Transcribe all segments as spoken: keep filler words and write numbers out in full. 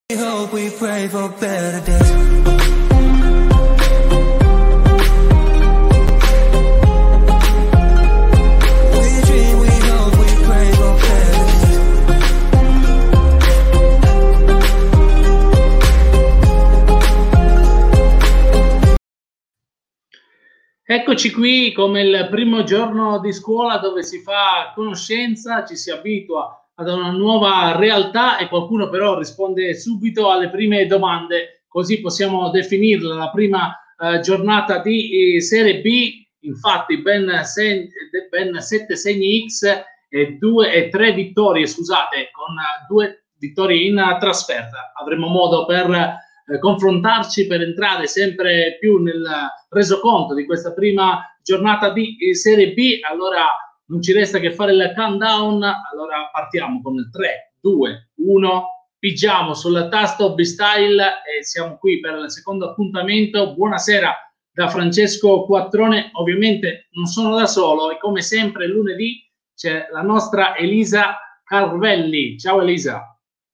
We hope, we pray for better days. We dream, we hope, we pray for better days. Eccoci qui come il primo giorno di scuola dove si fa conoscenza, ci si abitua ad una nuova realtà e qualcuno però risponde subito alle prime domande, così possiamo definirla la prima eh, giornata di eh, Serie B. Infatti ben, se, ben sette segni X e, due, e tre vittorie, scusate, con uh, due vittorie in uh, trasferta. Avremo modo per uh, confrontarci, per entrare sempre più nel uh, resoconto di questa prima giornata di eh, Serie B. Allora non ci resta che fare il countdown, allora partiamo con il tre, due, uno, pigiamo sul tasto B-Style e siamo qui per il secondo appuntamento. Buonasera da Francesco Quattrone, ovviamente non sono da solo e come sempre lunedì c'è la nostra Elisa Carvelli. Ciao Elisa.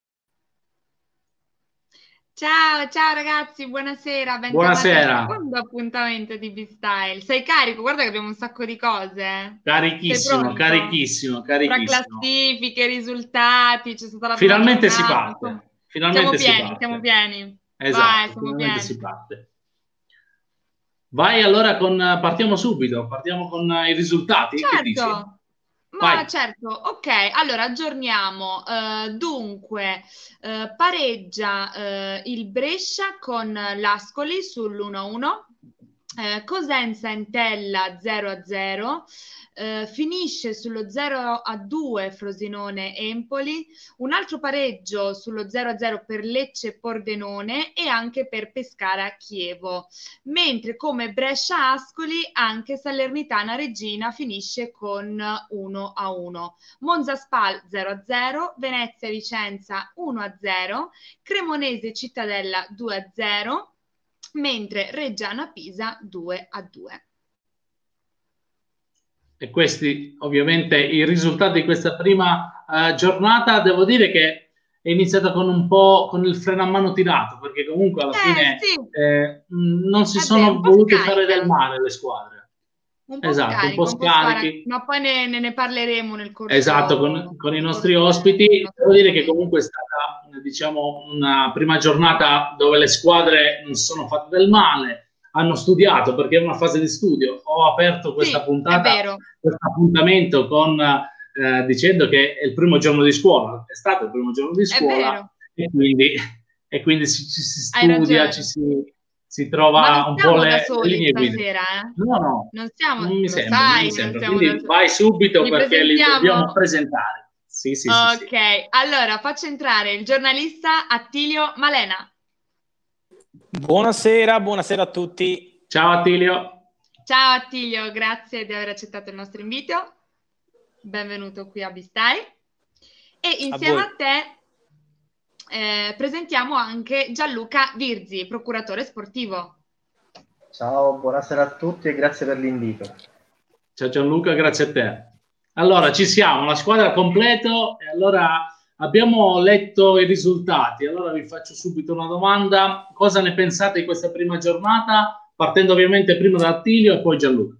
Ciao, ciao ragazzi, buonasera, bentornati Buonasera. al secondo appuntamento di B-Style. Sei carico? Guarda che abbiamo un sacco di cose. Carichissimo, carichissimo, carichissimo. Tra classifiche, risultati, c'è stata la Finalmente si giornata. parte. Finalmente siamo si pieni, parte. siamo pieni. Esatto, Vai, siamo finalmente pieni. si parte. Vai allora con, partiamo subito, partiamo con i risultati. Che dici? Certo. Ma Vai. certo, ok, allora aggiorniamo. Uh, dunque, uh, pareggia uh, il Brescia con l'Ascoli sull'uno a uno, uh, Cosenza Entella zero a zero, uh, finisce sullo zero a due Frosinone Empoli, un altro pareggio sullo zero a zero per Lecce Pordenone e anche per Pescara Chievo, mentre come Brescia Ascoli anche Salernitana Reggina finisce con uno a uno, Monza Spal zero a zero, Venezia Vicenza uno a zero, Cremonese Cittadella due a zero, mentre Reggiana Pisa due a due. E questi ovviamente i risultati di questa prima uh, giornata. Devo dire che è iniziata con un po' con il freno a mano tirato, perché comunque alla Eh, fine sì. eh, non si È sono vero, un po' volute scarica. fare del male le squadre. Un po' Esatto, scarico, un po' scarichi. scarico, ma poi ne, ne, ne parleremo nel corso. Esatto, con, con i nel nostri corso ospiti. del nostro Devo dire che appuntamento. comunque è stata, diciamo, una prima giornata dove le squadre non si sono fatte del male, hanno studiato, perché è una fase di studio. Ho aperto questa Sì, puntata, è vero. questo appuntamento con eh, dicendo che è il primo giorno di scuola, è stato il primo giorno di È scuola vero. e quindi, e quindi si, ci si Hai studia, ragione. ci si, si Ma trova non un po' siamo le, da le soli linee guida. stasera, eh? No, no, Non siamo, non mi lo sembra, non sai mi che non sembra. siamo Quindi da soli. vai subito Li perché li presentiamo? dobbiamo presentare. Sì, sì, sì, sì. Ok, allora faccio entrare il giornalista Attilio Malena. Buonasera, buonasera a tutti. Ciao Attilio. Ciao Attilio, grazie di aver accettato il nostro invito. Benvenuto qui a B-Style. E insieme voi. a, te eh, presentiamo anche Gianluca Virzi, procuratore sportivo. Ciao, buonasera a tutti e grazie per l'invito. Ciao Gianluca, grazie a te. Allora, ci siamo, la squadra completo e allora abbiamo letto i risultati. Allora vi faccio subito una domanda. Cosa ne pensate di questa prima giornata? Partendo ovviamente prima da Attilio e poi Gianluca.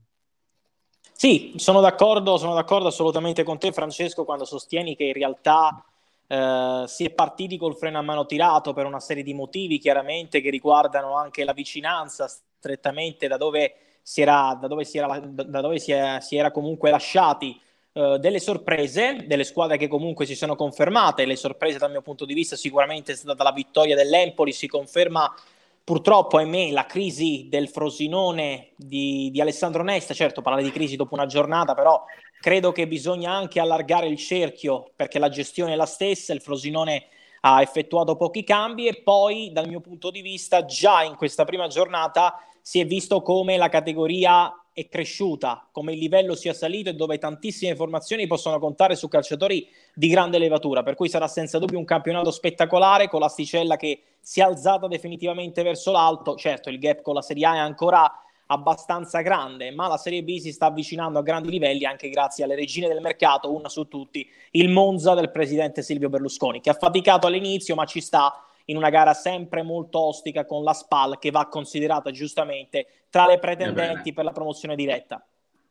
Sì, sono d'accordo, sono d'accordo assolutamente con te Francesco quando sostieni che in realtà eh, si è partiti col freno a mano tirato per una serie di motivi chiaramente che riguardano anche la vicinanza strettamente da dove si era, da dove si era, da dove si è, si era comunque lasciati eh, delle sorprese, delle squadre che comunque si sono confermate. Le sorprese dal mio punto di vista sicuramente è stata la vittoria dell'Empoli, si conferma purtroppo, ahimè, la crisi del Frosinone di, di Alessandro Nesta. Certo, parlare di crisi dopo una giornata, però credo che bisogna anche allargare il cerchio perché la gestione è la stessa, il Frosinone ha effettuato pochi cambi e poi dal mio punto di vista già in questa prima giornata si è visto come la categoria è cresciuta, come il livello sia salito e dove tantissime formazioni possono contare su calciatori di grande levatura, per cui sarà senza dubbio un campionato spettacolare con l'asticella che si è alzata definitivamente verso l'alto. Certo, il gap con la Serie A è ancora abbastanza grande, ma la Serie B si sta avvicinando a grandi livelli anche grazie alle regine del mercato, una su tutti, il Monza del presidente Silvio Berlusconi, che ha faticato all'inizio ma ci sta in una gara sempre molto ostica con la Spal, che va considerata giustamente tra le pretendenti per la promozione diretta.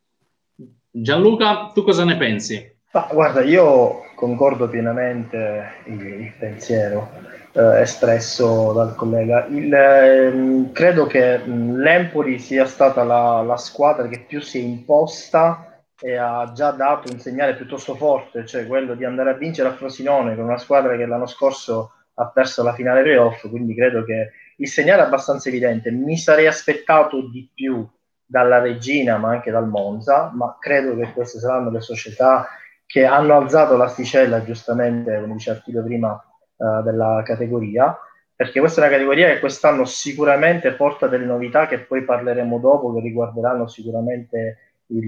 Gianluca, tu cosa ne pensi? Ma guarda, io concordo pienamente il, il pensiero eh, espresso dal collega. Il, ehm, credo che mh, l'Empoli sia stata la, la squadra che più si è imposta e ha già dato un segnale piuttosto forte, cioè quello di andare a vincere a Frosinone con una squadra che l'anno scorso ha perso la finale playoff, quindi credo che il segnale è abbastanza evidente. Mi sarei aspettato di più dalla Regina, ma anche dal Monza, ma credo che queste saranno le società che hanno alzato l'asticella, giustamente, come diceva Attilio prima, uh, della categoria, perché questa è una categoria che quest'anno sicuramente porta delle novità che poi parleremo dopo, che riguarderanno sicuramente il,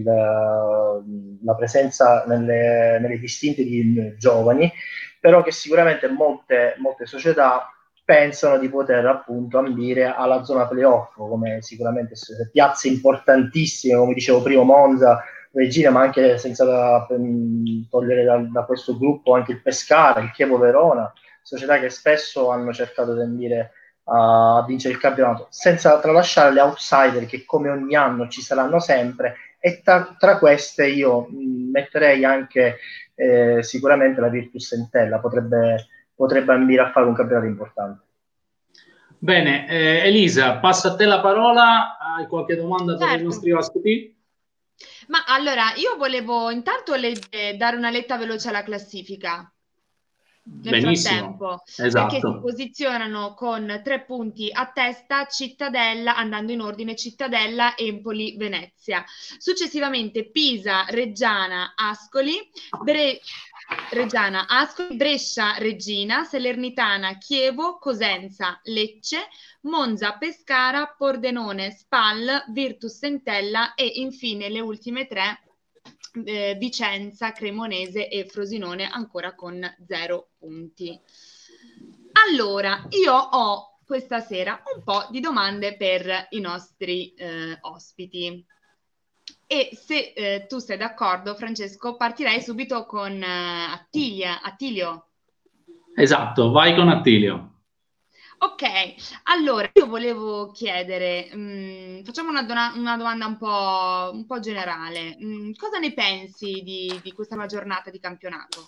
uh, la presenza nelle, nelle distinte di giovani, però che sicuramente molte, molte società pensano di poter appunto ambire alla zona playoff, come sicuramente piazze importantissime, come dicevo prima, Monza, Regina, ma anche senza da, mh, togliere da, da questo gruppo anche il Pescara, il Chievo Verona, società che spesso hanno cercato di ambire a, a vincere il campionato, senza tralasciare le outsider che come ogni anno ci saranno sempre, e tra, tra queste io mh, metterei anche eh, sicuramente la Virtus Entella, potrebbe, potrebbe ambire a fare un campionato importante. Bene, eh, Elisa, passo a te la parola, hai qualche domanda per Certo. i nostri ospiti? Ma allora, io volevo intanto le- dare una letta veloce alla classifica. Nel Benissimo, frattempo, perché si esatto. posizionano con tre punti a testa Cittadella, andando in ordine Cittadella, Empoli, Venezia. Successivamente Pisa, Reggiana, Ascoli, Bre- Reggiana, Ascoli, Brescia, Regina, Salernitana, Chievo, Cosenza, Lecce, Monza, Pescara, Pordenone, Spal, Virtus Entella e infine le ultime tre eh, Vicenza, Cremonese e Frosinone ancora con zero punti. Allora, io ho questa sera un po' di domande per i nostri eh, ospiti. E se eh, tu sei d'accordo, Francesco, partirei subito con eh, Attilia, Attilio. Esatto, vai con Attilio. Ok, allora io volevo chiedere, mh, facciamo una, dona- una domanda un po', un po' generale. Mh, cosa ne pensi di, di questa nuova giornata di campionato?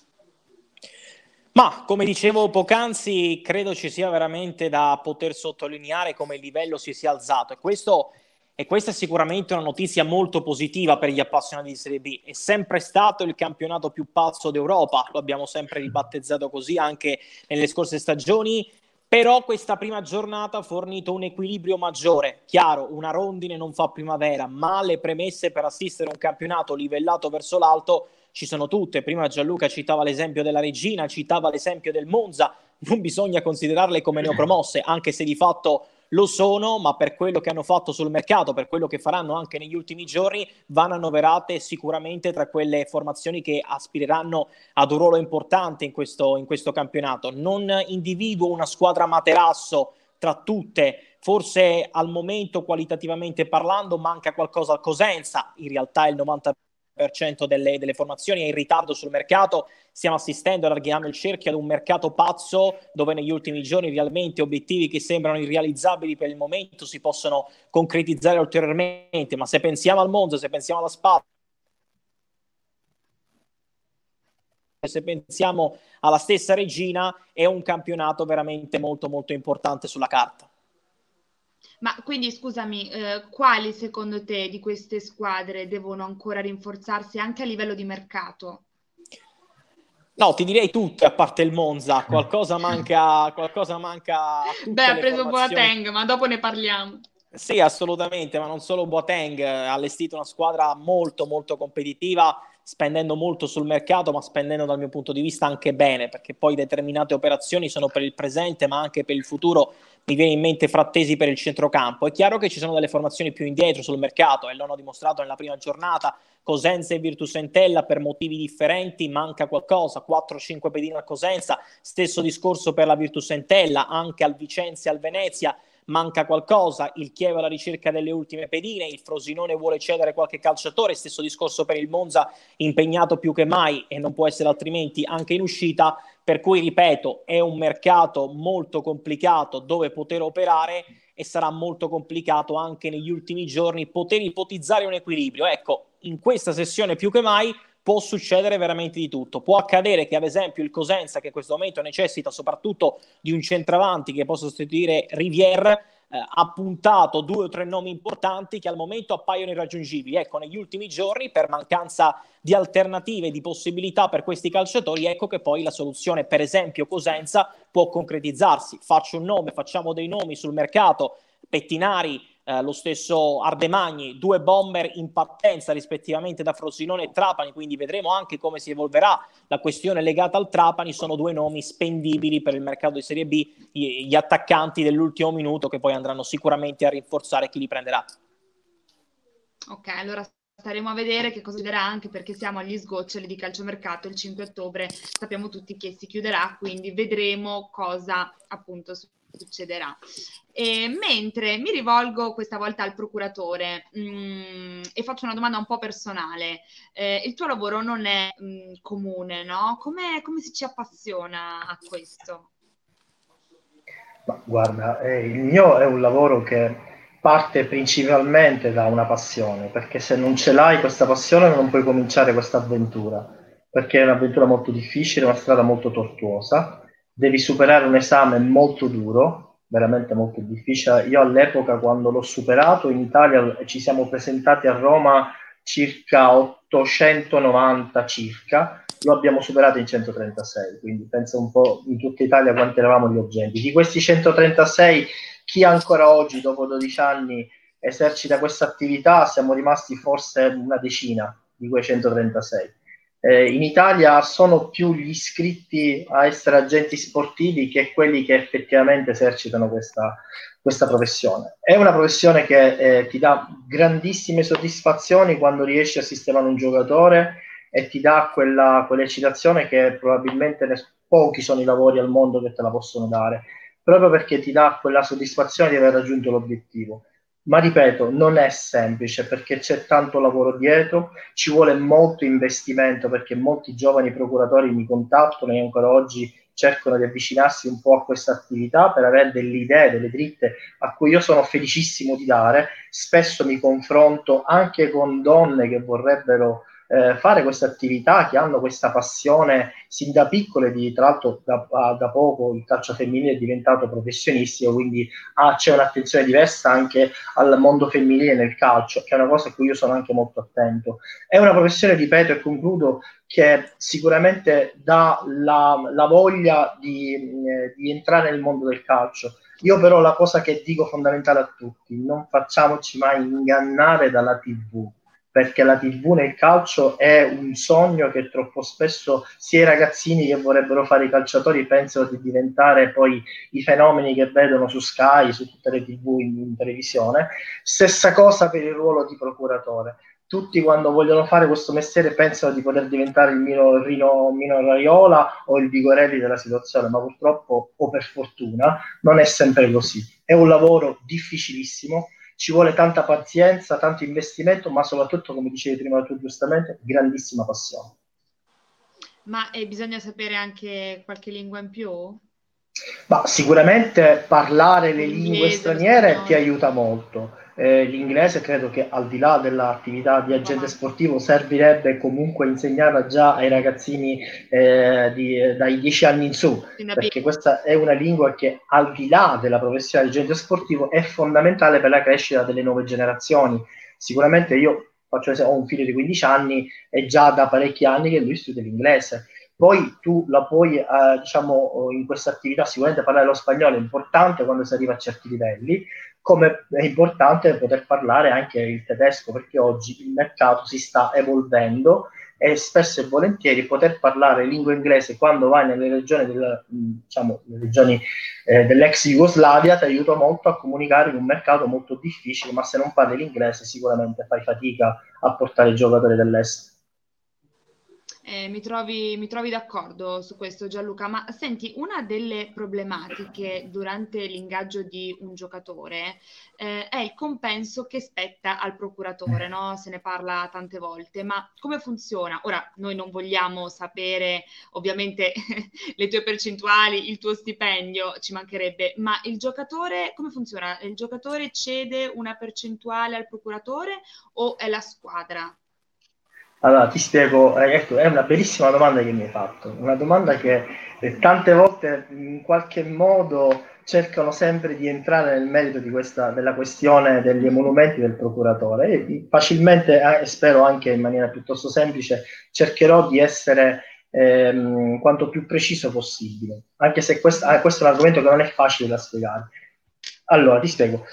Ma, come dicevo poc'anzi, credo ci sia veramente da poter sottolineare come il livello si sia alzato, e questo E questa è sicuramente una notizia molto positiva per gli appassionati di Serie B. È sempre stato il campionato più pazzo d'Europa, lo abbiamo sempre ribattezzato così anche nelle scorse stagioni, però questa prima giornata ha fornito un equilibrio maggiore. Chiaro, una rondine non fa primavera, ma le premesse per assistere a un campionato livellato verso l'alto ci sono tutte. Prima Gianluca citava l'esempio della Regina, citava l'esempio del Monza, non bisogna considerarle come neopromosse, anche se di fatto lo sono, ma per quello che hanno fatto sul mercato, per quello che faranno anche negli ultimi giorni, vanno annoverate sicuramente tra quelle formazioni che aspireranno ad un ruolo importante in questo, in questo campionato. Non individuo una squadra materasso tra tutte, forse al momento qualitativamente parlando manca qualcosa al Cosenza, in realtà il novanta per cento delle, delle formazioni è in ritardo sul mercato. Stiamo assistendo, allarghiamo il cerchio, ad un mercato pazzo dove negli ultimi giorni realmente obiettivi che sembrano irrealizzabili per il momento si possono concretizzare ulteriormente. Ma se pensiamo al Monza, se pensiamo alla Spal, se pensiamo alla stessa Regina, è un campionato veramente molto molto importante sulla carta. Ma quindi scusami, eh, quali secondo te di queste squadre devono ancora rinforzarsi anche a livello di mercato? No, ti direi tutte, a parte il Monza. Qualcosa manca, qualcosa manca a tutte. Beh, ha le preso formazioni. Boateng, ma dopo ne parliamo. Sì, assolutamente, ma non solo Boateng, ha allestito una squadra molto molto competitiva, spendendo molto sul mercato, ma spendendo dal mio punto di vista anche bene, perché poi determinate operazioni sono per il presente, ma anche per il futuro. Mi viene in mente Frattesi per il centrocampo. È chiaro che ci sono delle formazioni più indietro sul mercato e l'hanno dimostrato nella prima giornata. Cosenza e Virtus Entella per motivi differenti, manca qualcosa, quattro cinque pedine al Cosenza, stesso discorso per la Virtus Entella, anche al Vicenza e al Venezia manca qualcosa, il Chievo alla ricerca delle ultime pedine, il Frosinone vuole cedere qualche calciatore, stesso discorso per il Monza impegnato più che mai e non può essere altrimenti anche in uscita. per cui, ripeto, è un mercato molto complicato dove poter operare, e sarà molto complicato anche negli ultimi giorni poter ipotizzare un equilibrio. Ecco, in questa sessione più che mai può succedere veramente di tutto. Può accadere che, ad esempio, il Cosenza, che in questo momento necessita soprattutto di un centravanti che possa sostituire Rivière, eh, ha puntato due o tre nomi importanti che al momento appaiono irraggiungibili. Ecco, negli ultimi giorni, per mancanza di alternative, di possibilità per questi calciatori, ecco che poi la soluzione, per esempio Cosenza, può concretizzarsi. Faccio un nome, facciamo dei nomi sul mercato: Pettinari, eh, lo stesso Ardemagni, due bomber in partenza rispettivamente da Frosinone e Trapani, quindi vedremo anche come si evolverà la questione legata al Trapani. Sono due nomi spendibili per il mercato di Serie B, gli, gli attaccanti dell'ultimo minuto, che poi andranno sicuramente a rinforzare chi li prenderà. Ok, allora staremo a vedere che cosa succederà, anche perché siamo agli sgoccioli di calciomercato. Il cinque ottobre sappiamo tutti che si chiuderà, quindi vedremo cosa appunto succederà. E mentre mi rivolgo questa volta al procuratore mh, e faccio una domanda un po' personale, eh, il tuo lavoro non è mh, comune, no? Come, come si ci appassiona a questo? Ma guarda, eh, il mio è un lavoro che parte principalmente da una passione, perché se non ce l'hai questa passione non puoi cominciare questa avventura, perché è un'avventura molto difficile, una strada molto tortuosa, devi superare un esame molto duro, veramente molto difficile. Io all'epoca, quando l'ho superato in Italia, ci siamo presentati a Roma circa ottocentonovanta circa, lo abbiamo superato in centotrentasei, quindi pensa un po' in tutta Italia quanti eravamo gli agenti. Di questi centotrentasei, chi ancora oggi, dopo dodici anni, esercita questa attività, siamo rimasti forse una decina di quei centotrentasei. Eh, in Italia sono più gli iscritti a essere agenti sportivi che quelli che effettivamente esercitano questa, questa professione. È una professione che eh, ti dà grandissime soddisfazioni quando riesci a sistemare un giocatore e ti dà quella, quell'eccitazione che probabilmente ne, pochi sono i lavori al mondo che te la possono dare, proprio perché ti dà quella soddisfazione di aver raggiunto l'obiettivo. Ma ripeto, non è semplice, perché c'è tanto lavoro dietro, ci vuole molto investimento, perché molti giovani procuratori mi contattano e ancora oggi cercano di avvicinarsi un po' a questa attività per avere delle idee, delle dritte a cui io sono felicissimo di dare. Spesso mi confronto anche con donne che vorrebbero eh, fare questa attività, che hanno questa passione sin da piccole. Di, tra l'altro da, da poco il calcio femminile è diventato professionistico, quindi ah, c'è un'attenzione diversa anche al mondo femminile nel calcio, che è una cosa a cui io sono anche molto attento. È una professione, ripeto e concludo, che sicuramente dà la, la voglia di, eh, di entrare nel mondo del calcio. Io però la cosa che dico fondamentale a tutti: non facciamoci mai ingannare dalla tivù, perché la tivù nel calcio è un sogno che troppo spesso sia i ragazzini che vorrebbero fare i calciatori pensano di diventare poi i fenomeni che vedono su Sky, su tutte le tivù in, in televisione. Stessa cosa per il ruolo di procuratore. Tutti, quando vogliono fare questo mestiere, pensano di poter diventare il Mino, Rino, Mino Raiola o il Vigorelli della situazione, ma purtroppo, o per fortuna, non è sempre così. È un lavoro difficilissimo, ci vuole tanta pazienza, tanto investimento, ma soprattutto, come dicevi prima tu giustamente, grandissima passione. Ma eh, bisogna sapere anche qualche lingua in più? Ma sicuramente parlare le L'inglese, lingue lo straniere spagnolo. ti aiuta molto. Eh, l'inglese credo che, al di là dell'attività di agente sportivo, servirebbe comunque insegnarla già ai ragazzini eh, di, dai dieci anni in su, perché questa è una lingua che, al di là della professione di agente sportivo, è fondamentale per la crescita delle nuove generazioni. Sicuramente io faccio esempio, ho un figlio di quindici anni e già da parecchi anni che lui studia l'inglese. Poi tu la puoi, eh, diciamo, in questa attività sicuramente parlare lo spagnolo è importante quando si arriva a certi livelli, come è importante poter parlare anche il tedesco, perché oggi il mercato si sta evolvendo e spesso e volentieri poter parlare lingua inglese quando vai nelle regioni, del, diciamo, le regioni eh, dell'ex Jugoslavia ti aiuta molto a comunicare in un mercato molto difficile, ma se non parli l'inglese sicuramente fai fatica a portare i giocatori dell'est. Eh, mi trovi, mi trovi d'accordo su questo, Gianluca, ma senti, una delle problematiche durante l'ingaggio di un giocatore eh, è il compenso che spetta al procuratore, no? Se ne parla tante volte, ma come funziona? Ora, noi non vogliamo sapere ovviamente le tue percentuali, il tuo stipendio, ci mancherebbe, ma il giocatore, come funziona? Il giocatore cede una percentuale al procuratore o è la squadra? Allora, ti spiego, eh, ecco, è una bellissima domanda che mi hai fatto, una domanda che eh, tante volte in qualche modo cercano sempre di entrare nel merito di questa, della questione degli emolumenti del procuratore. E facilmente, eh, spero anche in maniera piuttosto semplice, cercherò di essere ehm, quanto più preciso possibile, anche se questo, eh, questo è un argomento che non è facile da spiegare. Allora, ti spiego,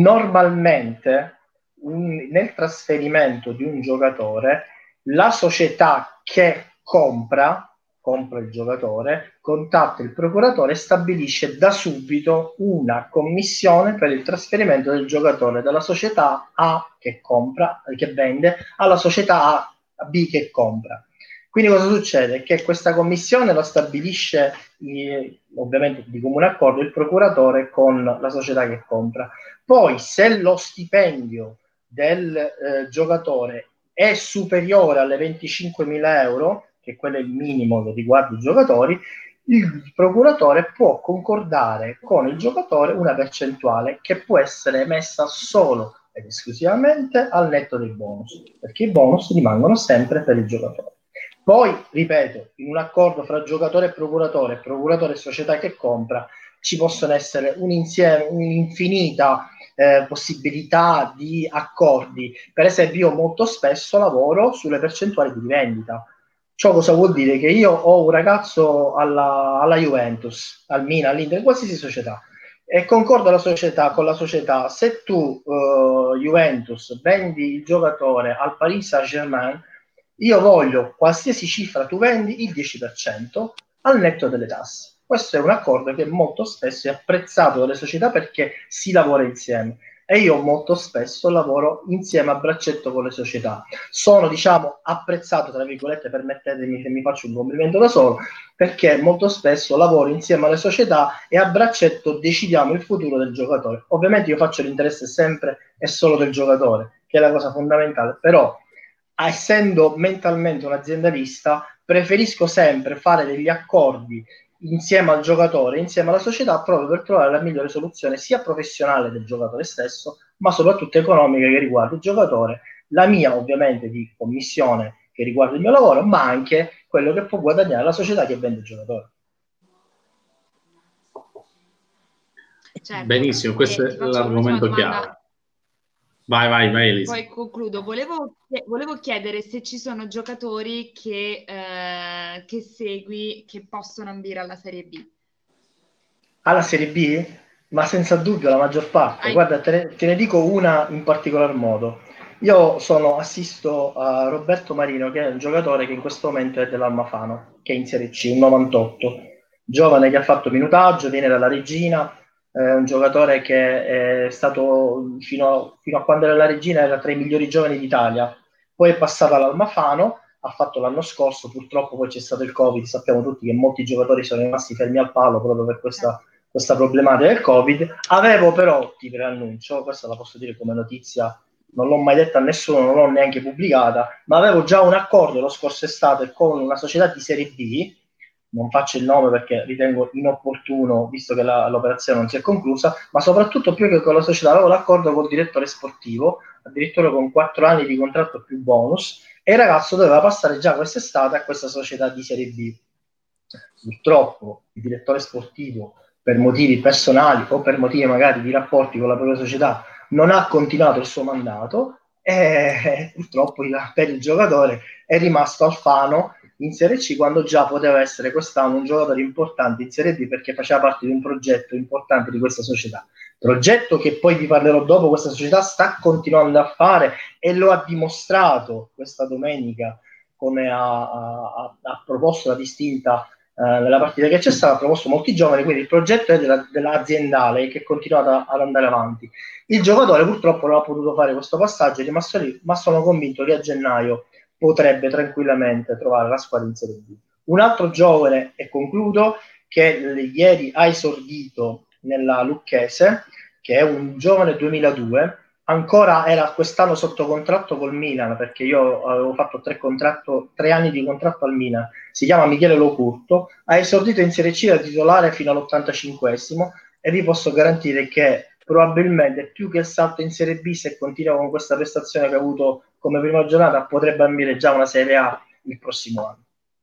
normalmente un- nel trasferimento di un giocatore la società che compra, compra il giocatore, contatta il procuratore e stabilisce da subito una commissione per il trasferimento del giocatore dalla società A che compra, che vende, alla società A, B che compra. Quindi cosa succede? Che questa commissione la stabilisce eh, ovviamente di comune accordo il procuratore con la società che compra. Poi se lo stipendio del eh, giocatore è superiore alle venticinquemila euro, che quello è il minimo che riguarda i giocatori, il procuratore può concordare con il giocatore una percentuale che può essere emessa solo ed esclusivamente al netto dei bonus, perché i bonus rimangono sempre per il giocatore. Poi, ripeto, in un accordo fra giocatore e procuratore, procuratore e società che compra, ci possono essere un insieme, un'infinita eh, possibilità di accordi. Per esempio, io molto spesso lavoro sulle percentuali di vendita. Ciò cosa vuol dire? Che io ho un ragazzo alla, alla Juventus, al Milan, all'Inter, qualsiasi società, e concordo la società, con la società, se tu, uh, Juventus, vendi il giocatore al Paris Saint-Germain, io voglio qualsiasi cifra tu vendi il dieci per cento al netto delle tasse. Questo è un accordo che molto spesso è apprezzato dalle società perché si lavora insieme e io molto spesso lavoro insieme a braccetto con le società. Sono, diciamo, apprezzato, tra virgolette, permettetemi che mi faccio un complimento da solo, perché molto spesso lavoro insieme alle società e a braccetto decidiamo il futuro del giocatore. Ovviamente io faccio l'interesse sempre e solo del giocatore, che è la cosa fondamentale, però essendo mentalmente un aziendalista, preferisco sempre fare degli accordi insieme al giocatore, insieme alla società, proprio per trovare la migliore soluzione sia professionale del giocatore stesso, ma soprattutto economica che riguarda il giocatore, la mia ovviamente di commissione che riguarda il mio lavoro, ma anche quello che può guadagnare la società che vende il giocatore. Certo. Benissimo, questo E è l'argomento chiave. Vai, vai, vai Elisa. Poi concludo. Volevo, volevo chiedere se ci sono giocatori che, eh, che segui che possono ambire alla Serie B. Alla Serie B? Ma senza dubbio la maggior parte. Hai... Guarda, te ne, te ne dico una in particolar modo. Io sono assisto a Roberto Marino, che è un giocatore che in questo momento è dell'Almafano, che è in Serie C, un novantotto. Giovane che ha fatto minutaggio, viene dalla Regina, è un giocatore che è stato fino a, fino a quando era alla Regina era tra i migliori giovani d'Italia, poi è passato all'Almafano, ha fatto l'anno scorso, purtroppo poi c'è stato il Covid, sappiamo tutti che molti giocatori sono rimasti fermi al palo proprio per questa, questa problematica del Covid. Avevo però, ti preannuncio, questa la posso dire come notizia, non l'ho mai detta a nessuno, non l'ho neanche pubblicata, ma avevo già un accordo lo scorso estate con una società di Serie B, non faccio il nome perché ritengo inopportuno visto che la, l'operazione non si è conclusa, ma soprattutto più che con la società avevo l'accordo col direttore sportivo, addirittura con quattro anni di contratto più bonus, e il ragazzo doveva passare già quest'estate a questa società di Serie B. Purtroppo il direttore sportivo, per motivi personali o per motivi magari di rapporti con la propria società, non ha continuato il suo mandato e purtroppo per il giocatore è rimasto al Fano in Serie C quando già poteva essere quest'anno un giocatore importante in Serie B perché faceva parte di un progetto importante di questa società. Progetto che poi vi parlerò dopo, questa società sta continuando a fare e lo ha dimostrato questa domenica come ha, ha, ha proposto la distinta eh, nella partita che c'è stata, ha proposto molti giovani, quindi il progetto è della, dell'aziendale che è continuata ad andare avanti. Il giocatore purtroppo non ha potuto fare questo passaggio, è rimasto lì, ma sono convinto che a gennaio potrebbe tranquillamente trovare la squadra in Serie B. Un altro giovane, e concludo, che ieri ha esordito nella Lucchese, che è un giovane duemiladue, ancora era quest'anno sotto contratto col Milan, perché io avevo fatto tre, contratto, tre anni di contratto al Milan, si chiama Michele Locurto, ha esordito in Serie C da titolare fino all'ottantacinquesimo, e vi posso garantire che probabilmente più che il salto in Serie B, se continua con questa prestazione che ha avuto come prima giornata, potrebbe ambire già una Serie A il prossimo anno.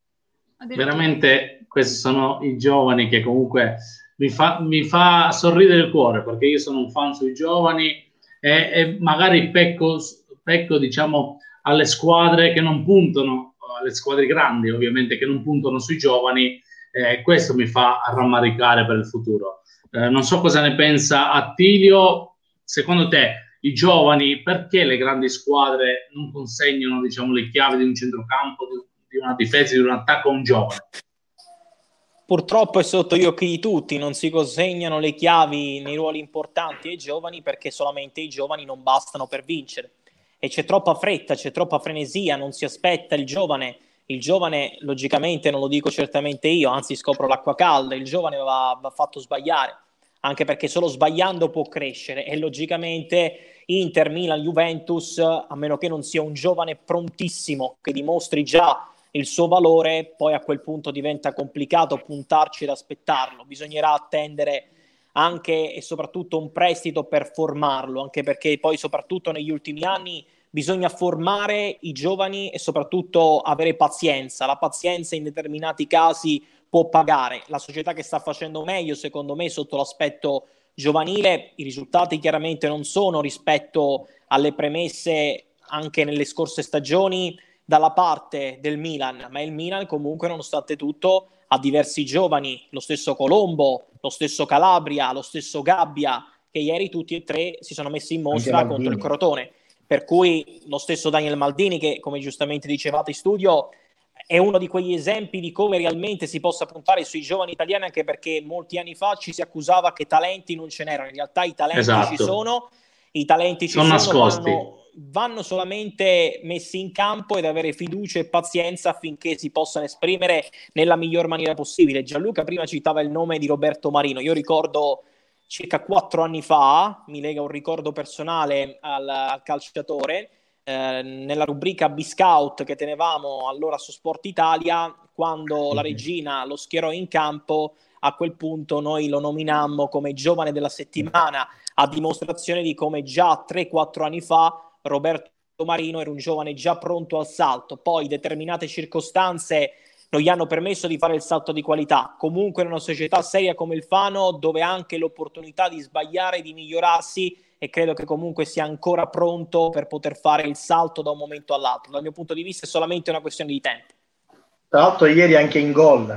Veramente questi sono i giovani che comunque mi fa, mi fa sorridere il cuore, perché io sono un fan sui giovani e, e magari pecco, pecco diciamo alle squadre che non puntano, alle squadre grandi ovviamente che non puntano sui giovani, e eh, questo mi fa rammaricare per il futuro. Eh, non so cosa ne pensa Attilio. Secondo te i giovani, perché le grandi squadre non consegnano, diciamo, le chiavi di un centrocampo, di, di una difesa, di un attacco a un giovane? Purtroppo è sotto gli occhi di tutti, non si consegnano le chiavi nei ruoli importanti ai giovani perché solamente i giovani non bastano per vincere. E c'è troppa fretta, c'è troppa frenesia, non si aspetta il giovane. Il giovane, logicamente, non lo dico certamente io, anzi scopro l'acqua calda, il giovane va, va fatto sbagliare, anche perché solo sbagliando può crescere, e logicamente Inter, Milan, Juventus, a meno che non sia un giovane prontissimo che dimostri già il suo valore, poi a quel punto diventa complicato puntarci ed aspettarlo. Bisognerà attendere anche e soprattutto un prestito per formarlo, anche perché poi soprattutto negli ultimi anni bisogna formare i giovani e soprattutto avere pazienza. La pazienza in determinati casi può pagare. La società che sta facendo meglio, secondo me, sotto l'aspetto giovanile, i risultati chiaramente non sono rispetto alle premesse anche nelle scorse stagioni dalla parte del Milan, ma il Milan comunque nonostante tutto ha diversi giovani, lo stesso Colombo, lo stesso Calabria, lo stesso Gabbia, che ieri tutti e tre si sono messi in mostra contro il Crotone, per cui lo stesso Daniel Maldini, che come giustamente dicevate in studio è uno di quegli esempi di come realmente si possa puntare sui giovani italiani, anche perché molti anni fa ci si accusava che talenti non ce n'erano. In realtà i talenti esatto. ci sono, i talenti ci sono, sono, nascosti. vanno, vanno solamente messi in campo ed avere fiducia e pazienza affinché si possano esprimere nella miglior maniera possibile. Gianluca prima citava il nome di Roberto Marino. Io ricordo circa quattro anni fa, mi lega un ricordo personale al, al calciatore, eh, nella rubrica B-Scout che tenevamo allora su Sport Italia, quando mm-hmm. la regina lo schierò in campo, a quel punto noi lo nominammo come giovane della settimana, a dimostrazione di come già tre quattro anni fa Roberto Marino era un giovane già pronto al salto. Poi determinate circostanze non gli hanno permesso di fare il salto di qualità. Comunque in una società seria come il Fano, dove ha anche l'opportunità di sbagliare, di migliorarsi, e credo che comunque sia ancora pronto per poter fare il salto da un momento all'altro. Dal mio punto di vista è solamente una questione di tempo. Tra l'altro ieri anche in gol.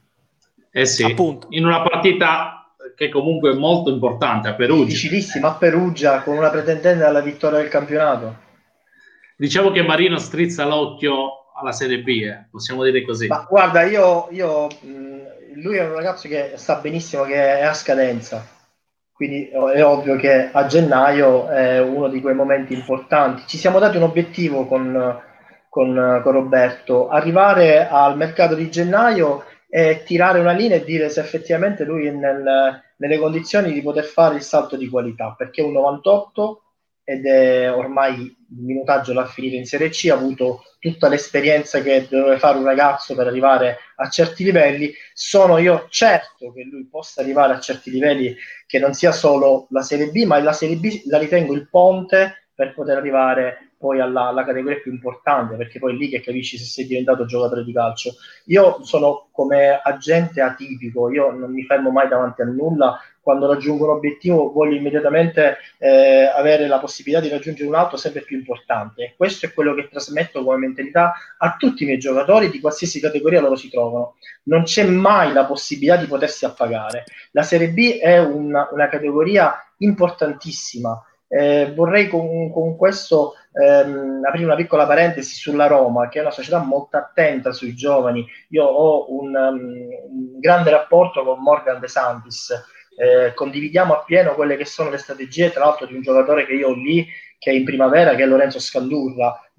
Eh sì, appunto. In una partita che comunque è molto importante a Perugia. Difficilissima a Perugia, con una pretendente alla vittoria del campionato. Diciamo che Marino strizza l'occhio alla Serie B, eh? Possiamo dire così. Ma guarda, io, io mh, lui è un ragazzo che sa benissimo che è a scadenza, quindi è ovvio che a gennaio è uno di quei momenti importanti. Ci siamo dati un obiettivo con, con, con Roberto, arrivare al mercato di gennaio e tirare una linea e dire se effettivamente lui è nel, nelle condizioni di poter fare il salto di qualità, perché è un novantotto ed è ormai il minutaggio l'ha finito in Serie C, ha avuto tutta l'esperienza che deve fare un ragazzo per arrivare a certi livelli. Sono io certo che lui possa arrivare a certi livelli, che non sia solo la Serie B, ma la Serie B la ritengo il ponte per poter arrivare poi alla, alla categoria più importante, perché poi è lì che capisci se sei diventato giocatore di calcio. Io sono come agente atipico, io non mi fermo mai davanti a nulla. Quando raggiungo un obiettivo voglio immediatamente eh, avere la possibilità di raggiungere un altro sempre più importante, e questo è quello che trasmetto come mentalità a tutti i miei giocatori di qualsiasi categoria loro si trovano. Non c'è mai la possibilità di potersi appagare. La Serie B è una, una categoria importantissima. Eh, vorrei con, con questo ehm, aprire una piccola parentesi sulla Roma, che è una società molto attenta sui giovani. Io ho un, um, un grande rapporto con Morgan De Santis, eh, condividiamo appieno quelle che sono le strategie, tra l'altro di un giocatore che io ho lì, che è in primavera, che è Lorenzo Scandurra.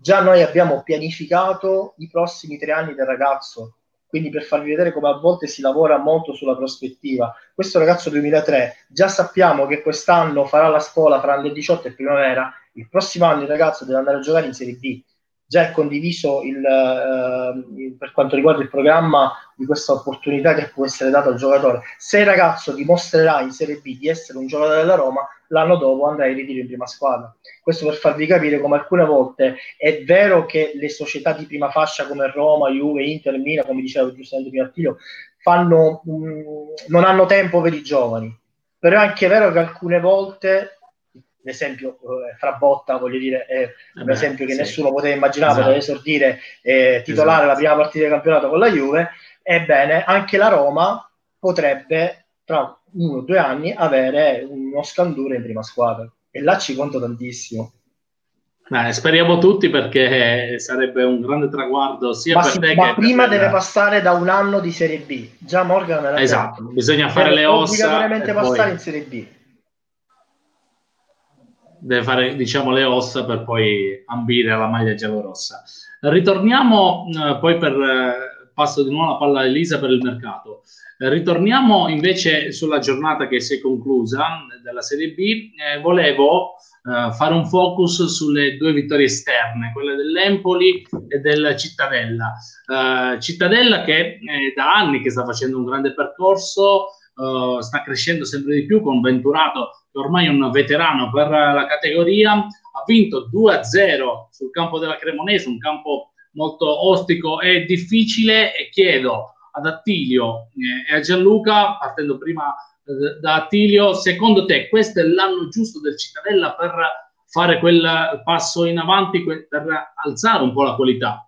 già noi abbiamo pianificato i prossimi tre anni del ragazzo, quindi per farvi vedere come a volte si lavora molto sulla prospettiva. Questo ragazzo duemilatré, già sappiamo che quest'anno farà la scuola fra le diciotto e primavera, il prossimo anno il ragazzo deve andare a giocare in Serie B. Già è condiviso il, eh, per quanto riguarda il programma di questa opportunità che può essere data al giocatore. Se il ragazzo dimostrerà in Serie B di essere un giocatore della Roma, l'anno dopo andrà in ritiro in prima squadra. Questo per farvi capire come alcune volte è vero che le società di prima fascia come Roma, Juve, Inter, Milan, come diceva giustamente prima Attilio, fanno, mh, non hanno tempo per i giovani, però è anche vero che alcune volte, l'esempio eh, Frabotta, voglio dire, è un Beh, esempio che sì. nessuno poteva immaginare, Esatto. poteva esordire eh, titolare Esatto. la prima partita del campionato con la Juve. Ebbene, anche la Roma potrebbe tra uno o due anni avere uno Scandura in prima squadra, e là ci conto tantissimo. Eh, speriamo tutti, perché sarebbe un grande traguardo sia Ma, per si, te ma che prima per deve passare da un anno di Serie B. Già Morgan me l'ha esatto, detto. bisogna fare Deve le ossa obbligatoriamente e passare poi in Serie B. deve fare, diciamo, le ossa per poi ambire alla maglia giallorossa. Ritorniamo eh, poi per eh, passo di nuovo la palla a Elisa per il mercato. Eh, ritorniamo invece sulla giornata che si è conclusa della Serie B. Eh, volevo eh, fare un focus sulle due vittorie esterne, quelle dell'Empoli e del Cittadella. Eh, Cittadella che eh, da anni che sta facendo un grande percorso, Uh, sta crescendo sempre di più, con Venturato che ormai è un veterano per la categoria. Ha vinto due a zero sul campo della Cremonese, un campo molto ostico e difficile, e chiedo ad Attilio eh, e a Gianluca, partendo prima eh, da Attilio, secondo te questo è l'anno giusto del Cittadella per fare quel passo in avanti, per alzare un po' la qualità?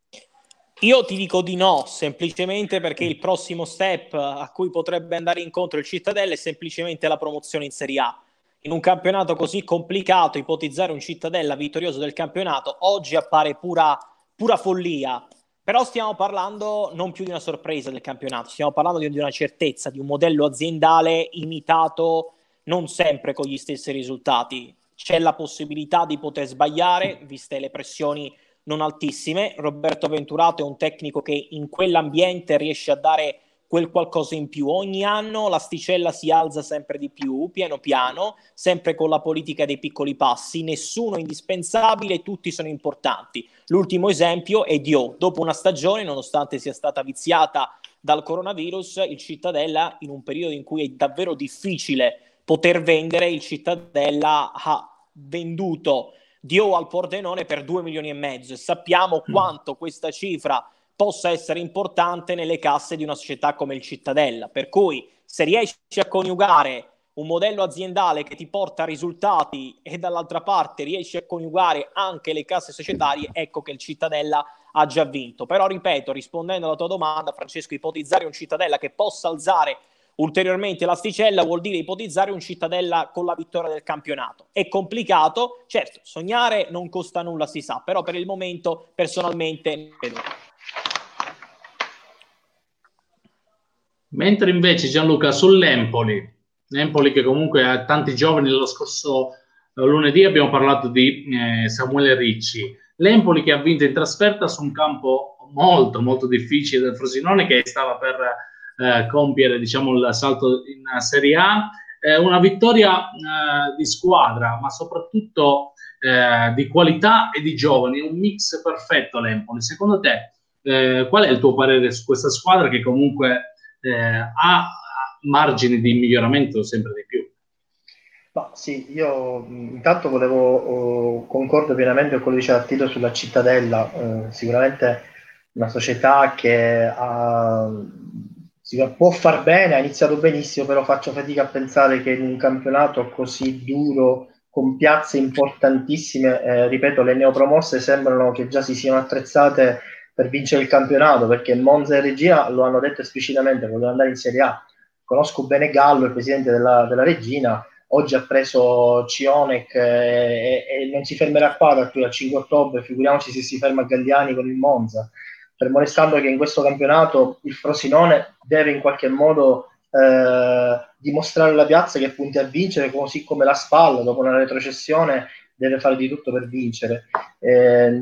Io ti dico di no, semplicemente perché il prossimo step a cui potrebbe andare incontro il Cittadella è semplicemente la promozione in Serie A. In un campionato così complicato, ipotizzare un Cittadella vittorioso del campionato oggi appare pura, pura follia. Però stiamo parlando non più di una sorpresa del campionato, stiamo parlando di una certezza, di un modello aziendale imitato non sempre con gli stessi risultati. C'è la possibilità di poter sbagliare, viste le pressioni non altissime. Roberto Venturato è un tecnico che in quell'ambiente riesce a dare quel qualcosa in più. Ogni anno l'asticella si alza sempre di più, piano piano, sempre con la politica dei piccoli passi. Nessuno è indispensabile, tutti sono importanti. L'ultimo esempio è Dio. Dopo una stagione, nonostante sia stata viziata dal coronavirus, il Cittadella, in un periodo in cui è davvero difficile poter vendere, il Cittadella ha venduto Dio al Pordenone per due milioni e mezzo, e sappiamo mm. quanto questa cifra possa essere importante nelle casse di una società come il Cittadella. Per cui, se riesci a coniugare un modello aziendale che ti porta a risultati e dall'altra parte riesci a coniugare anche le casse societarie, ecco che il Cittadella ha già vinto. Però ripeto, rispondendo alla tua domanda, Francesco, ipotizzare un Cittadella che possa alzare ulteriormente l'asticella vuol dire ipotizzare un Cittadella con la vittoria del campionato. È complicato, certo, sognare non costa nulla, si sa, però per il momento personalmente vedo. Mentre invece Gianluca, sull'Empoli, l'Empoli che comunque ha tanti giovani, lo scorso eh, lunedì abbiamo parlato di eh, Samuele Ricci, l'Empoli che ha vinto in trasferta su un campo molto molto difficile del Frosinone, che stava per Eh, compiere, diciamo, il salto in Serie A, eh, una vittoria eh, di squadra, ma soprattutto eh, di qualità e di giovani, un mix perfetto l'Empoli. Secondo te eh, qual è il tuo parere su questa squadra che comunque eh, ha margini di miglioramento sempre di più? Ma sì, io intanto volevo, oh, concordo pienamente con quello che diceva Tito sulla Cittadella, eh, sicuramente una società che ha può far bene, ha iniziato benissimo, però faccio fatica a pensare che in un campionato così duro, con piazze importantissime, eh, ripeto, le neopromosse sembrano che già si siano attrezzate per vincere il campionato, perché Monza e Regina lo hanno detto esplicitamente, vogliono andare in Serie A. Conosco bene Gallo, il presidente della, della Regina, oggi ha preso Cionek e, e non si fermerà qua da qui al cinque ottobre, figuriamoci se si ferma a Galliani con il Monza, fermo restando che in questo campionato il Frosinone deve in qualche modo eh, dimostrare alla piazza che punti a vincere, così come la Spal dopo una retrocessione deve fare di tutto per vincere. Eh,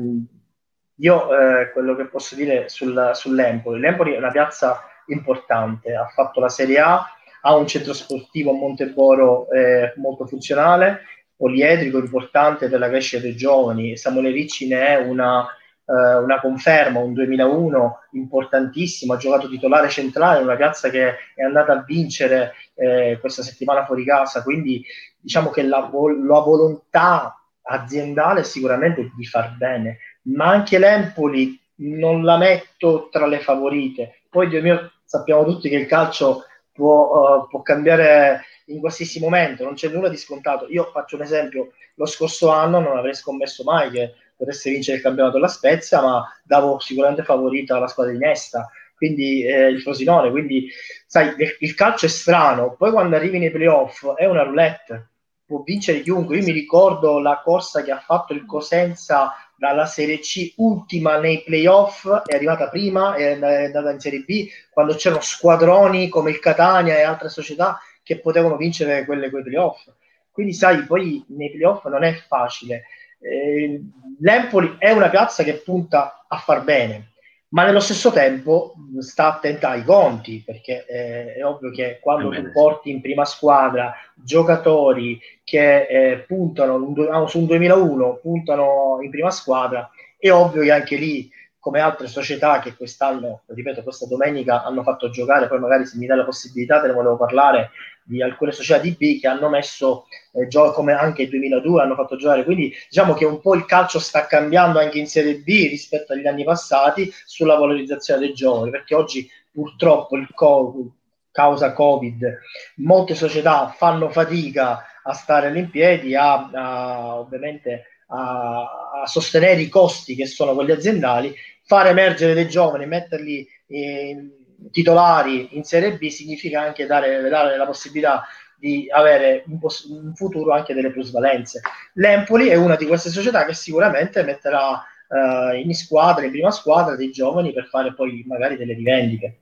io eh, quello che posso dire sul, sull'Empoli, l'Empoli è una piazza importante, ha fatto la Serie A, ha un centro sportivo a Monteboro eh, molto funzionale, poliedrico, importante per la crescita dei giovani. Samuele Ricci ne è una, eh, una conferma, un duemilauno importantissimo, ha giocato titolare centrale in una piazza che è andata a vincere eh, questa settimana fuori casa, quindi diciamo che la, la volontà aziendale è sicuramente di far bene, ma anche l'Empoli non la metto tra le favorite. Poi, Dio mio, sappiamo tutti che il calcio può, uh, può cambiare in qualsiasi momento, non c'è nulla di scontato. Io faccio un esempio: lo scorso anno non avrei scommesso mai che potesse vincere il campionato la Spezia, ma davo sicuramente favorita alla squadra di Nesta, quindi eh, il Frosinone. Quindi sai, il, il calcio è strano, poi quando arrivi nei playoff è una roulette, può vincere chiunque. Io mi ricordo la corsa che ha fatto il Cosenza dalla Serie C ultima nei playoff, è arrivata prima, è andata in Serie B, quando c'erano squadroni come il Catania e altre società che potevano vincere quelle, quei playoff. Quindi sai, poi nei playoff non è facile. Eh, L'Empoli è una piazza che punta a far bene, ma nello stesso tempo sta attenta ai conti, perché eh, è ovvio che quando tu porti in prima squadra giocatori che eh, puntano un, su un duemilauno, puntano in prima squadra, è ovvio che anche lì, come altre società che quest'anno, ripeto, questa domenica hanno fatto giocare, poi magari se mi dai la possibilità te ne volevo parlare, di alcune società di B che hanno messo eh, gioco, come anche il duemiladue hanno fatto giocare, quindi diciamo che un po' il calcio sta cambiando anche in Serie B rispetto agli anni passati sulla valorizzazione dei giovani, perché oggi purtroppo il co- causa Covid molte società fanno fatica a stare in piedi, a, a ovviamente a, a sostenere i costi che sono quelli aziendali. Fare emergere dei giovani, metterli in titolari in Serie B significa anche dare, dare la possibilità di avere in, poss- in futuro anche delle plusvalenze. L'Empoli è una di queste società che sicuramente metterà uh, in squadra, in prima squadra, dei giovani per fare poi magari delle rivendite.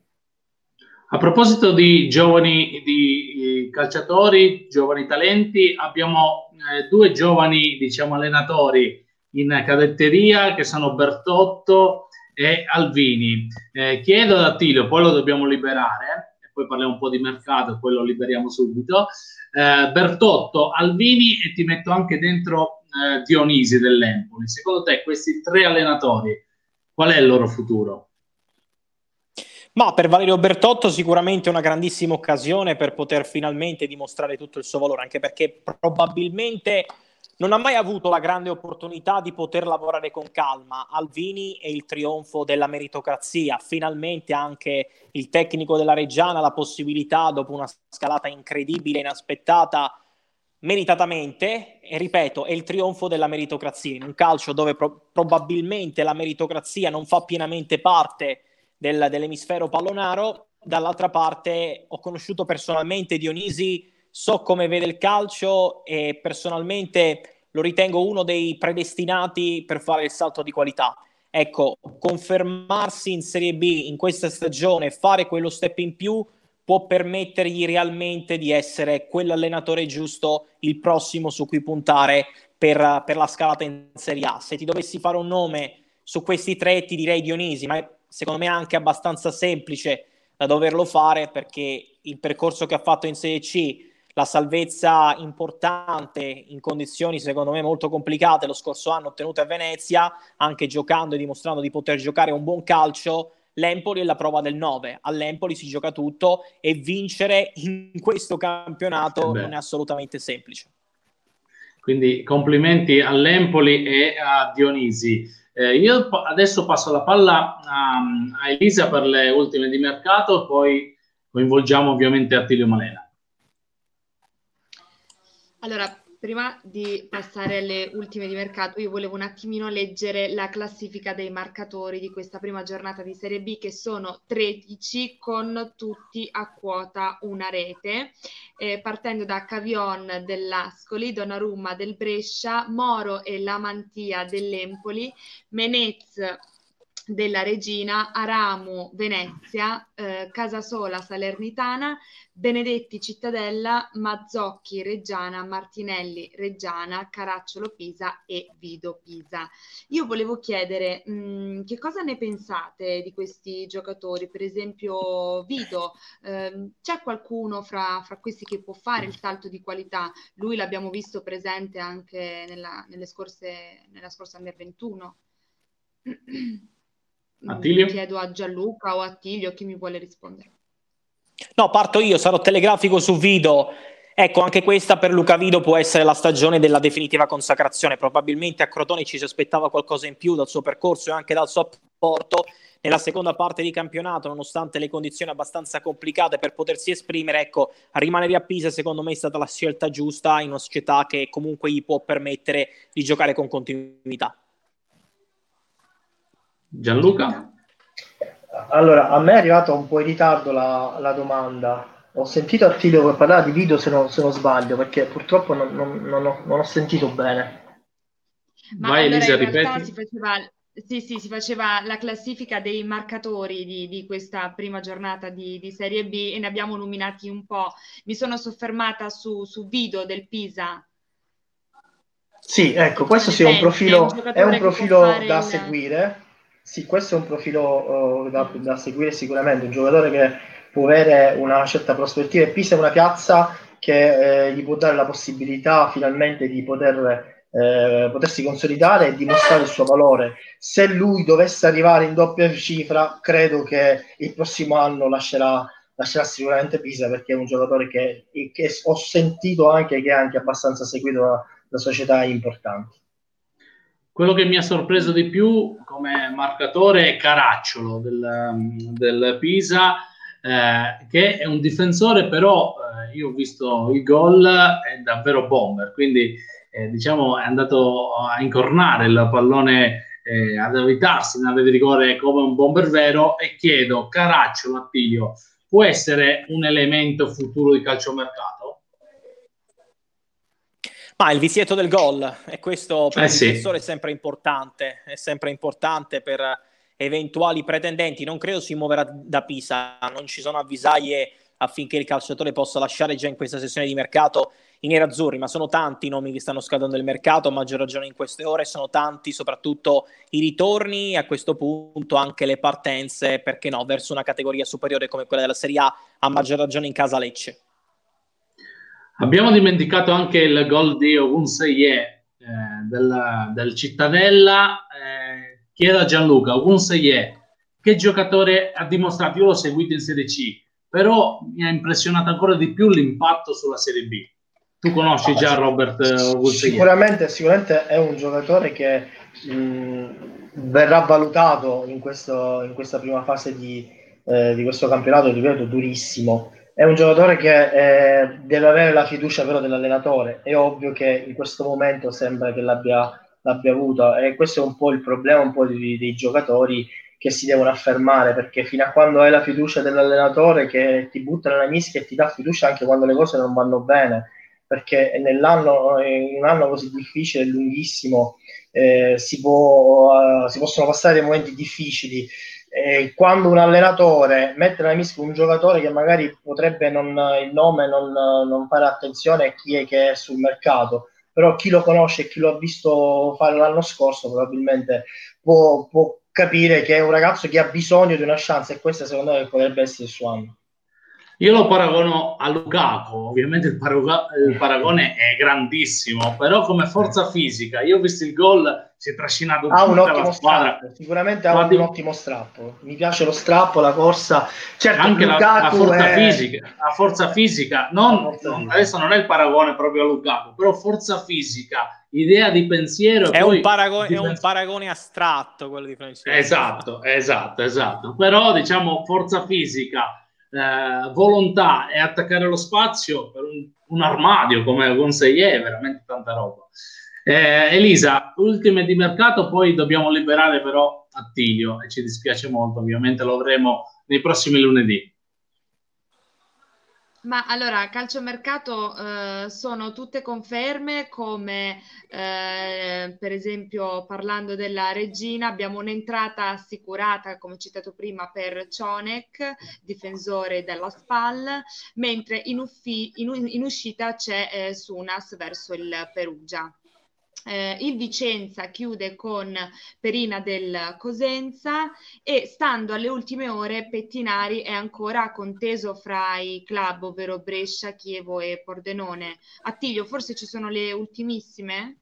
A proposito di giovani di calciatori, giovani talenti, abbiamo eh, due giovani, diciamo, allenatori in cadetteria che sono Bertotto e Alvini. Eh, chiedo ad Attilio, poi lo dobbiamo liberare, e poi parliamo un po' di mercato e poi lo liberiamo subito. Eh, Bertotto, Alvini e ti metto anche dentro eh, Dionisi dell'Empoli. Secondo te questi tre allenatori, qual è il loro futuro? Ma per Valerio Bertotto sicuramente una grandissima occasione per poter finalmente dimostrare tutto il suo valore, anche perché probabilmente non ha mai avuto la grande opportunità di poter lavorare con calma. Alvini è il trionfo della meritocrazia, finalmente anche il tecnico della Reggiana ha la possibilità, dopo una scalata incredibile, inaspettata, meritatamente, e ripeto, è il trionfo della meritocrazia, in un calcio dove pro- probabilmente la meritocrazia non fa pienamente parte del, dell'emisfero pallonaro. Dall'altra parte ho conosciuto personalmente Dionisi, so come vede il calcio e personalmente lo ritengo uno dei predestinati per fare il salto di qualità. Ecco, confermarsi in Serie B in questa stagione, fare quello step in più, può permettergli realmente di essere quell'allenatore giusto, il prossimo su cui puntare per, per la scalata in Serie A. Se ti dovessi fare un nome su questi tre ti direi Dionisi, ma secondo me è anche abbastanza semplice da doverlo fare, perché il percorso che ha fatto in Serie C, la salvezza importante in condizioni secondo me molto complicate lo scorso anno ottenute a Venezia, anche giocando e dimostrando di poter giocare un buon calcio, l'Empoli è la prova del nove. All'Empoli si gioca tutto e vincere in questo campionato non è assolutamente semplice. Quindi complimenti all'Empoli e a Dionisi. Eh, io adesso passo la palla a, a Elisa per le ultime di mercato, poi coinvolgiamo ovviamente Attilio Malena. Allora, prima di passare alle ultime di mercato, io volevo un attimino leggere la classifica dei marcatori di questa prima giornata di Serie B, che sono tredici con tutti a quota una rete, eh, partendo da Cavion dell'Ascoli, Donnarumma del Brescia, Moro e Lamantia dell'Empoli, Menez della Regina, Aramo Venezia, eh, Casasola Salernitana, Benedetti Cittadella, Mazzocchi Reggiana, Martinelli Reggiana, Caracciolo Pisa e Vido Pisa. Io volevo chiedere mh, che cosa ne pensate di questi giocatori? Per esempio Vido, ehm, c'è qualcuno fra, fra questi che può fare il salto di qualità? Lui l'abbiamo visto presente anche nella, nelle scorse, nella scorsa Under ventuno. Attilio? Chiedo a Gianluca o a Attilio chi mi vuole rispondere. No, parto io, sarò telegrafico su Vido. Ecco, anche questa per Luca Vido può essere la stagione della definitiva consacrazione. Probabilmente a Crotone ci si aspettava qualcosa in più dal suo percorso e anche dal suo apporto nella seconda parte di campionato, nonostante le condizioni abbastanza complicate per potersi esprimere. Ecco, rimanere a Pisa secondo me è stata la scelta giusta in una società che comunque gli può permettere di giocare con continuità. Gianluca? Allora, a me è arrivata un po' in ritardo la, la domanda. Ho sentito Attilio parlare di Vido, se non, se non sbaglio, perché purtroppo non, non- non ho, non ho sentito bene. Ma Vai allora Elisa, in realtà ripeti. si faceva, sì, sì, si faceva la classifica dei marcatori di, di questa prima giornata di, di Serie B e ne abbiamo nominati un po'. Mi sono soffermata su, su Vido del Pisa. Sì, Che ecco, cosa questo ne sì, è un pensi? È un profilo, è un giocatore che può profilo fare da il... seguire. Sì, questo è un profilo eh, da, Mm. da seguire sicuramente. Un giocatore che può avere una certa prospettiva, e Pisa è una piazza che eh, gli può dare la possibilità finalmente di poter, eh, potersi consolidare e dimostrare il suo valore. Se lui dovesse arrivare in doppia cifra, credo che il prossimo anno lascerà, lascerà sicuramente Pisa, perché è un giocatore che, che ho sentito anche che è anche abbastanza seguito da, da società importanti. Quello che mi ha sorpreso di più come marcatore è Caracciolo del, del Pisa, eh, che è un difensore, però eh, io ho visto il gol, è davvero bomber, quindi eh, diciamo è andato a incornare il pallone, eh, ad evitarsi in area di rigore come un bomber vero. E chiedo, Caracciolo, Attilio, può essere un elemento futuro di calciomercato? Ma il vizietto del gol, e questo per Eh un sì. difensore è sempre importante, è sempre importante per eventuali pretendenti. Non credo si muoverà da Pisa, non ci sono avvisaglie affinché il calciatore possa lasciare già in questa sessione di mercato i nerazzurri, ma sono tanti i nomi che stanno scadendo il mercato, a maggior ragione in queste ore, sono tanti soprattutto i ritorni e a questo punto anche le partenze, perché no, verso una categoria superiore come quella della Serie A, a maggior ragione in casa Lecce. Abbiamo dimenticato anche il gol di Ogunseye eh, del, del Cittadella. Eh, chiedo a Gianluca, Ogunseye, che giocatore ha dimostrato? Io l'ho seguito in Serie C, però mi ha impressionato ancora di più l'impatto sulla Serie B. Tu conosci già Robert Ogunseye? Sicuramente, sicuramente è un giocatore che mh, verrà valutato in, questo, in questa prima fase di, eh, di questo campionato, ripeto, durissimo. È un giocatore che eh, deve avere la fiducia però dell'allenatore. È ovvio che in questo momento sembra che l'abbia, l'abbia avuta, e questo è un po' il problema un po' di, dei giocatori che si devono affermare, perché fino a quando hai la fiducia dell'allenatore che ti butta nella mischia e ti dà fiducia anche quando le cose non vanno bene, perché nell'anno, in un anno così difficile e lunghissimo, eh, si, può, uh, si possono passare dei momenti difficili. Eh, quando un allenatore mette nella mischia un giocatore che magari potrebbe non, il nome non, non fare attenzione a chi è che è sul mercato, però chi lo conosce e chi lo ha visto fare l'anno scorso probabilmente può, può capire che è un ragazzo che ha bisogno di una chance, e questa secondo me potrebbe essere il suo anno. Io lo paragono a Lukaku, ovviamente il, parago- il paragone è grandissimo, però come forza fisica, io ho visto il gol, si è trascinato Ha un tutta ottimo la squadra. strappo, sicuramente ha Ma un, di- ottimo strappo. Mi piace lo strappo, la corsa. Certo, anche la, la Lukaku forza è... fisica, la forza fisica, La non, forza non- fisica. adesso non è il paragone proprio a Lukaku, però forza fisica, idea di pensiero e È un, poi paragone, è un difensa- paragone astratto quello di Francesco. Esatto, esatto, esatto. Però diciamo forza fisica, eh, volontà e attaccare lo spazio per un, un armadio come Gonzalez è veramente tanta roba. Eh, Elisa, ultime di mercato, poi dobbiamo liberare però Attilio e ci dispiace molto, ovviamente lo avremo nei prossimi lunedì. Ma allora, calciomercato eh, sono tutte conferme come eh, per esempio parlando della Regina abbiamo un'entrata assicurata come citato prima per Cionek, difensore della Spal, mentre in, uffi- in, u- in uscita c'è eh, Sunas verso il Perugia. Eh, il Vicenza chiude con Perina del Cosenza e stando alle ultime ore Pettinari è ancora conteso fra i club, ovvero Brescia, Chievo e Pordenone. Attilio, forse ci sono le ultimissime?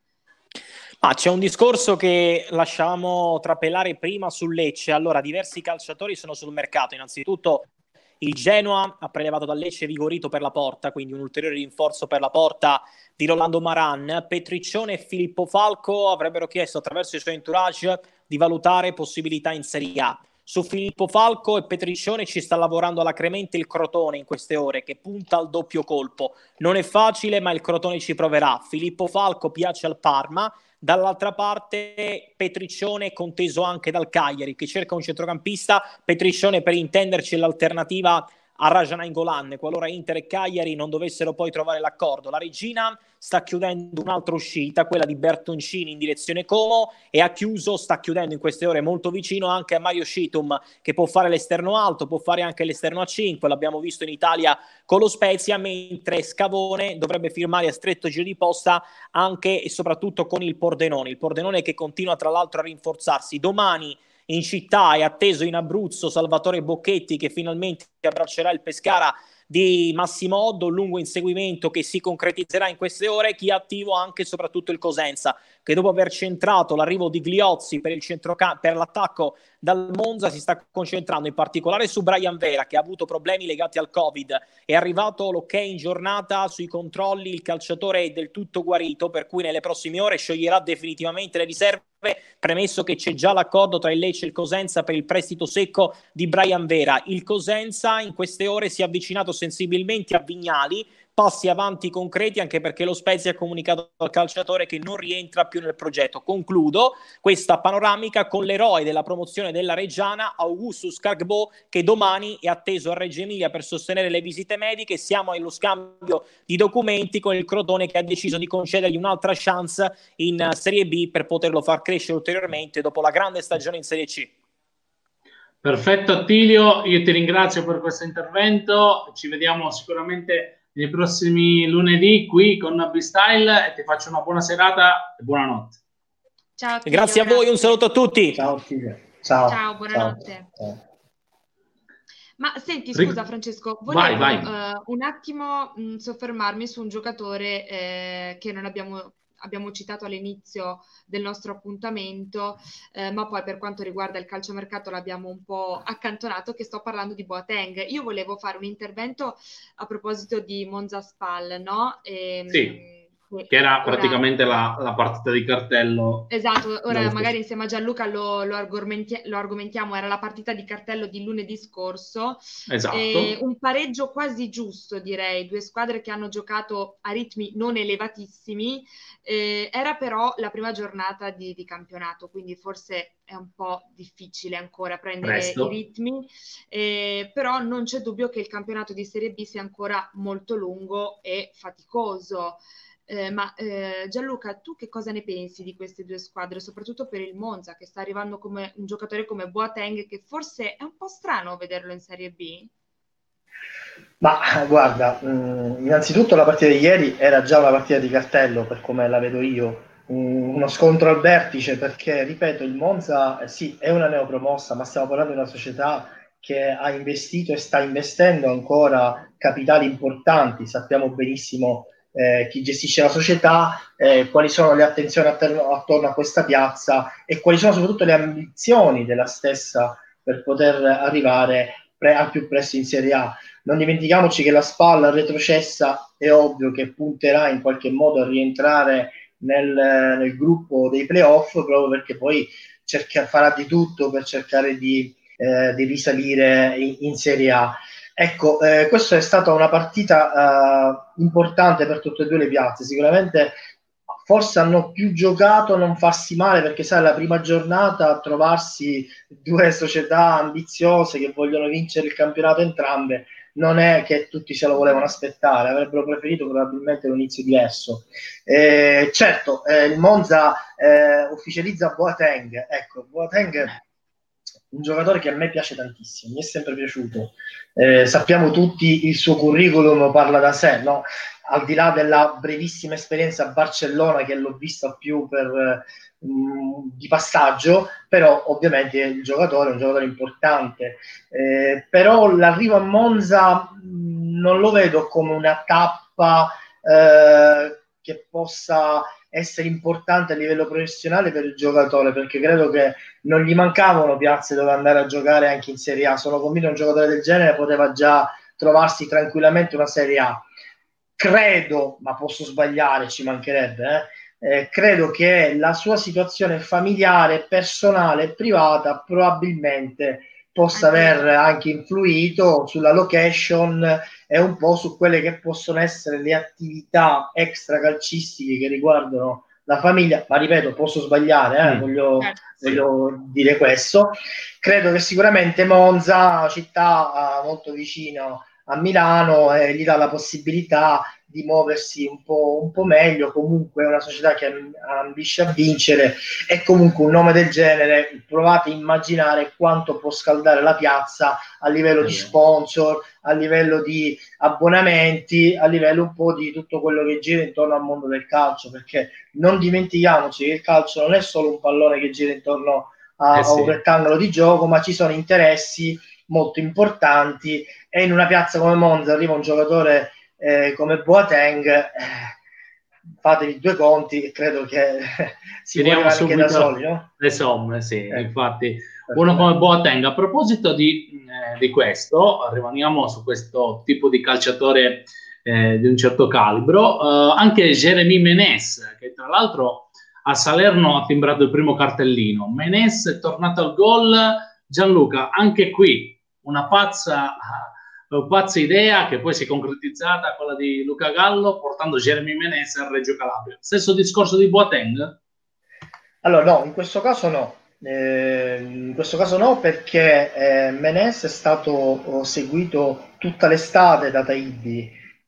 Ah, c'è un discorso che lasciamo trapelare prima sul Lecce. Allora, diversi calciatori sono sul mercato. Innanzitutto il Genoa ha prelevato dal Lecce Vigorito per la porta, quindi un ulteriore rinforzo per la porta di Rolando Maran. Petriccione e Filippo Falco avrebbero chiesto attraverso i suoi entourage di valutare possibilità in Serie A. Su Filippo Falco e Petriccione ci sta lavorando alacremente il Crotone in queste ore, che punta al doppio colpo. Non è facile, ma il Crotone ci proverà. Filippo Falco piace al Parma. Dall'altra parte Petriccione conteso anche dal Cagliari, che cerca un centrocampista. Petriccione, per intenderci, è l'alternativa a Raja Nainggolan qualora Inter e Cagliari non dovessero poi trovare l'accordo. La Regina sta chiudendo un'altra uscita, quella di Bertoncini in direzione Como, e ha chiuso, sta chiudendo in queste ore molto vicino anche a Mario Scitum, che può fare l'esterno alto, può fare anche l'esterno a cinque, l'abbiamo visto in Italia con lo Spezia, mentre Scavone dovrebbe firmare a stretto giro di posta anche e soprattutto con il Pordenone, il Pordenone che continua tra l'altro a rinforzarsi. Domani in città è atteso in Abruzzo Salvatore Bocchetti, che finalmente abbraccerà il Pescara di Massimo Oddo, un lungo inseguimento che si concretizzerà in queste ore. Chi è attivo anche e soprattutto il Cosenza, che dopo aver centrato l'arrivo di Gliozzi per, il centrocamp- per l'attacco dal Monza si sta concentrando in particolare su Brian Vera, che ha avuto problemi legati al Covid. È arrivato l'ok in giornata sui controlli, il calciatore è del tutto guarito, per cui nelle prossime ore scioglierà definitivamente le riserve, premesso che c'è già l'accordo tra il Lecce e il Cosenza per il prestito secco di Brian Vera. Il Cosenza in queste ore si è avvicinato sensibilmente a Vignali, passi avanti concreti, anche perché lo Spezia ha comunicato al calciatore che non rientra più nel progetto. Concludo questa panoramica con l'eroe della promozione della Reggiana, Augustus Cargbo, che domani è atteso a Reggio Emilia per sostenere le visite mediche. Siamo allo scambio di documenti con il Crotone, che ha deciso di concedergli un'altra chance in Serie B per poterlo far crescere ulteriormente dopo la grande stagione in Serie C. Perfetto Attilio, io ti ringrazio per questo intervento, ci vediamo sicuramente nei prossimi lunedì qui con B-Style e ti faccio una buona serata e buonanotte. Ciao Attilio, grazie a voi, un saluto a tutti. Ciao Attilio. Ciao. Ciao, buonanotte. Ciao. Ma senti, scusa Francesco, vai, volevo vai. Uh, un attimo mh, soffermarmi su un giocatore eh, che non abbiamo, abbiamo citato all'inizio del nostro appuntamento, eh, ma poi per quanto riguarda il calciomercato l'abbiamo un po' accantonato, che sto parlando di Boateng. Io volevo fare un intervento a proposito di Monza Spal, no? E, sì. Che era praticamente ora, la, la partita di cartello. Esatto, ora magari insieme a Gianluca lo, lo, argomenti- lo argomentiamo, era la partita di cartello di lunedì scorso. Esatto. E un pareggio quasi giusto, direi, due squadre che hanno giocato a ritmi non elevatissimi, eh, era però la prima giornata di, di campionato, quindi forse è un po' difficile ancora prendere Presto. i ritmi, eh, però non c'è dubbio che il campionato di Serie B sia ancora molto lungo e faticoso. Eh, ma eh, Gianluca, tu che cosa ne pensi di queste due squadre, soprattutto per il Monza, che sta arrivando come un giocatore come Boateng, che forse è un po' strano vederlo in Serie B? Ma guarda, mh, innanzitutto la partita di ieri era già una partita di cartello, per come la vedo io, mh, uno scontro al vertice, perché, ripeto, il Monza eh, sì, è una neopromossa, ma stiamo parlando di una società che ha investito e sta investendo ancora capitali importanti. Sappiamo benissimo Eh, chi gestisce la società, eh, quali sono le attenzioni attorno, attorno a questa piazza e quali sono soprattutto le ambizioni della stessa per poter arrivare pre- al più presto in Serie A. Non dimentichiamoci che la Spal retrocessa, è ovvio che punterà in qualche modo a rientrare nel, nel gruppo dei playoff, proprio perché poi cerca, farà di tutto per cercare di, eh, di risalire in, in Serie A. Ecco, eh, questa è stata una partita uh, importante per tutte e due le piazze. Sicuramente forse hanno più giocato a non farsi male, perché sai, la prima giornata trovarsi due società ambiziose che vogliono vincere il campionato entrambe non è che tutti se lo volevano aspettare, avrebbero preferito probabilmente un inizio diverso. Eh, certo, eh, il Monza eh, ufficializza Boateng, ecco, Boateng un giocatore che a me piace tantissimo, mi è sempre piaciuto. Eh, sappiamo tutti il suo curriculum parla da sé, no? Al di là della brevissima esperienza a Barcellona, che l'ho vista più per mh, di passaggio, però ovviamente il giocatore è un giocatore importante. Eh, però l'arrivo a Monza mh, non lo vedo come una tappa eh, che possa essere importante a livello professionale per il giocatore, perché credo che non gli mancavano piazze dove andare a giocare anche in Serie A. Sono convinto che un giocatore del genere poteva già trovarsi tranquillamente una Serie A. Credo, ma posso sbagliare, ci mancherebbe, eh? Eh, credo che la sua situazione familiare, personale, privata probabilmente possa aver anche influito sulla location e un po' su quelle che possono essere le attività extracalcistiche che riguardano la famiglia, ma ripeto, posso sbagliare, eh? mm. voglio, certo, voglio sì. dire questo. Credo che sicuramente Monza, città uh, molto vicino a Milano, eh, gli dà la possibilità di muoversi un po', un po' meglio. Comunque è una società che ambisce a vincere, e comunque un nome del genere, provate a immaginare quanto può scaldare la piazza a livello di sponsor, a livello di abbonamenti, a livello un po' di tutto quello che gira intorno al mondo del calcio, perché non dimentichiamoci che il calcio non è solo un pallone che gira intorno a, eh sì. a un rettangolo di gioco, ma ci sono interessi molto importanti, e in una piazza come Monza arriva un giocatore eh, come Boateng, eh, fatevi due conti, e credo che si muoverà anche da soli, no? Le somme, sì, eh. infatti uno come Boateng. A proposito di, eh, di questo, rimaniamo su questo tipo di calciatore eh, di un certo calibro, eh, anche Jérémy Ménez, che tra l'altro a Salerno ha timbrato il primo cartellino. Ménez è tornato al gol. Gianluca, anche qui una pazza, una pazza idea che poi si è concretizzata, quella di Luca Gallo portando Jérémy Ménez a Reggio Calabria. Stesso discorso di Boateng? Allora no, in questo caso no. Eh, in questo caso no, perché eh, Ménez è stato seguito tutta l'estate da Taibbi,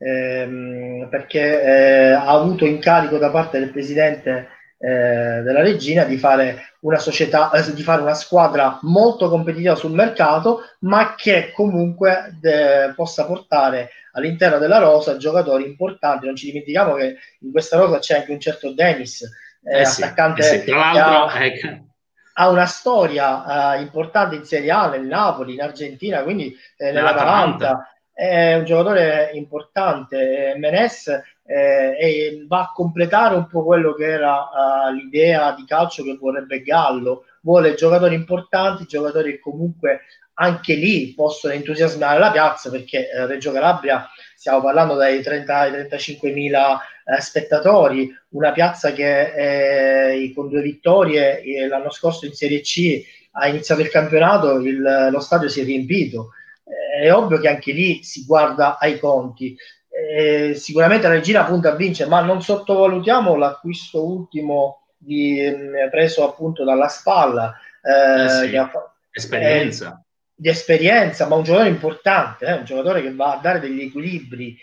ehm, perché eh, ha avuto incarico da parte del presidente eh, della Regina di fare una società, eh, di fare una squadra molto competitiva sul mercato, ma che comunque de- possa portare all'interno della rosa giocatori importanti. Non ci dimentichiamo che in questa rosa c'è anche un certo Dennis, eh, eh sì, attaccante eh sì, tra l'altro, ha, eh. ha una storia eh, importante in Serie A, nel Napoli, in Argentina, quindi eh, nell'Atalanta. È un giocatore importante. Ménez eh, e va a completare un po' quello che era uh, l'idea di calcio che vorrebbe Gallo. Vuole giocatori importanti, giocatori che comunque anche lì possono entusiasmare la piazza, perché eh, Reggio Calabria, stiamo parlando dai trenta ai trentacinque mila eh, spettatori, una piazza che eh, con due vittorie eh, l'anno scorso in Serie C ha iniziato il campionato, il, lo stadio si è riempito. È ovvio che anche lì si guarda ai conti. Eh, sicuramente la Regina punta a vincere, ma non sottovalutiamo l'acquisto ultimo di, eh, preso appunto dalla Spalla, eh, eh sì, che ha, esperienza. Eh, di esperienza, ma un giocatore importante, eh, un giocatore che va a dare degli equilibri.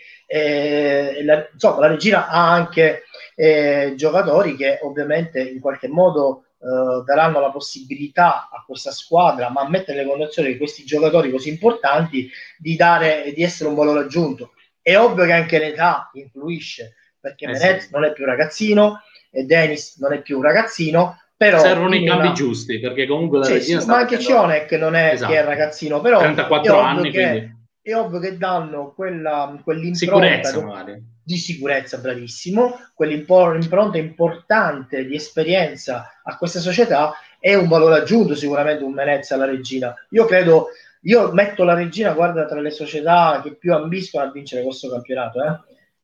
Eh, la, insomma, la Regina ha anche eh, giocatori che ovviamente in qualche modo Uh, daranno la possibilità a questa squadra, ma a mettere le condizioni di questi giocatori così importanti di dare, di essere un valore aggiunto. È ovvio che anche l'età influisce, perché eh Ménez sì. non è più ragazzino e Dennis non è più un ragazzino, però servono i cambi una... giusti, perché comunque la sì, Regina sì, ma anche Cionek non è esatto. che è ragazzino, però trentaquattro anni, che, quindi è ovvio che danno quella, quell'impronta sicurezza, magari. di sicurezza, bravissimo, quell'impronta importante di esperienza a questa società. È un valore aggiunto sicuramente un Ménez alla Regina. Io credo, io metto la Regina, guarda, tra le società che più ambiscono a vincere questo campionato. Eh.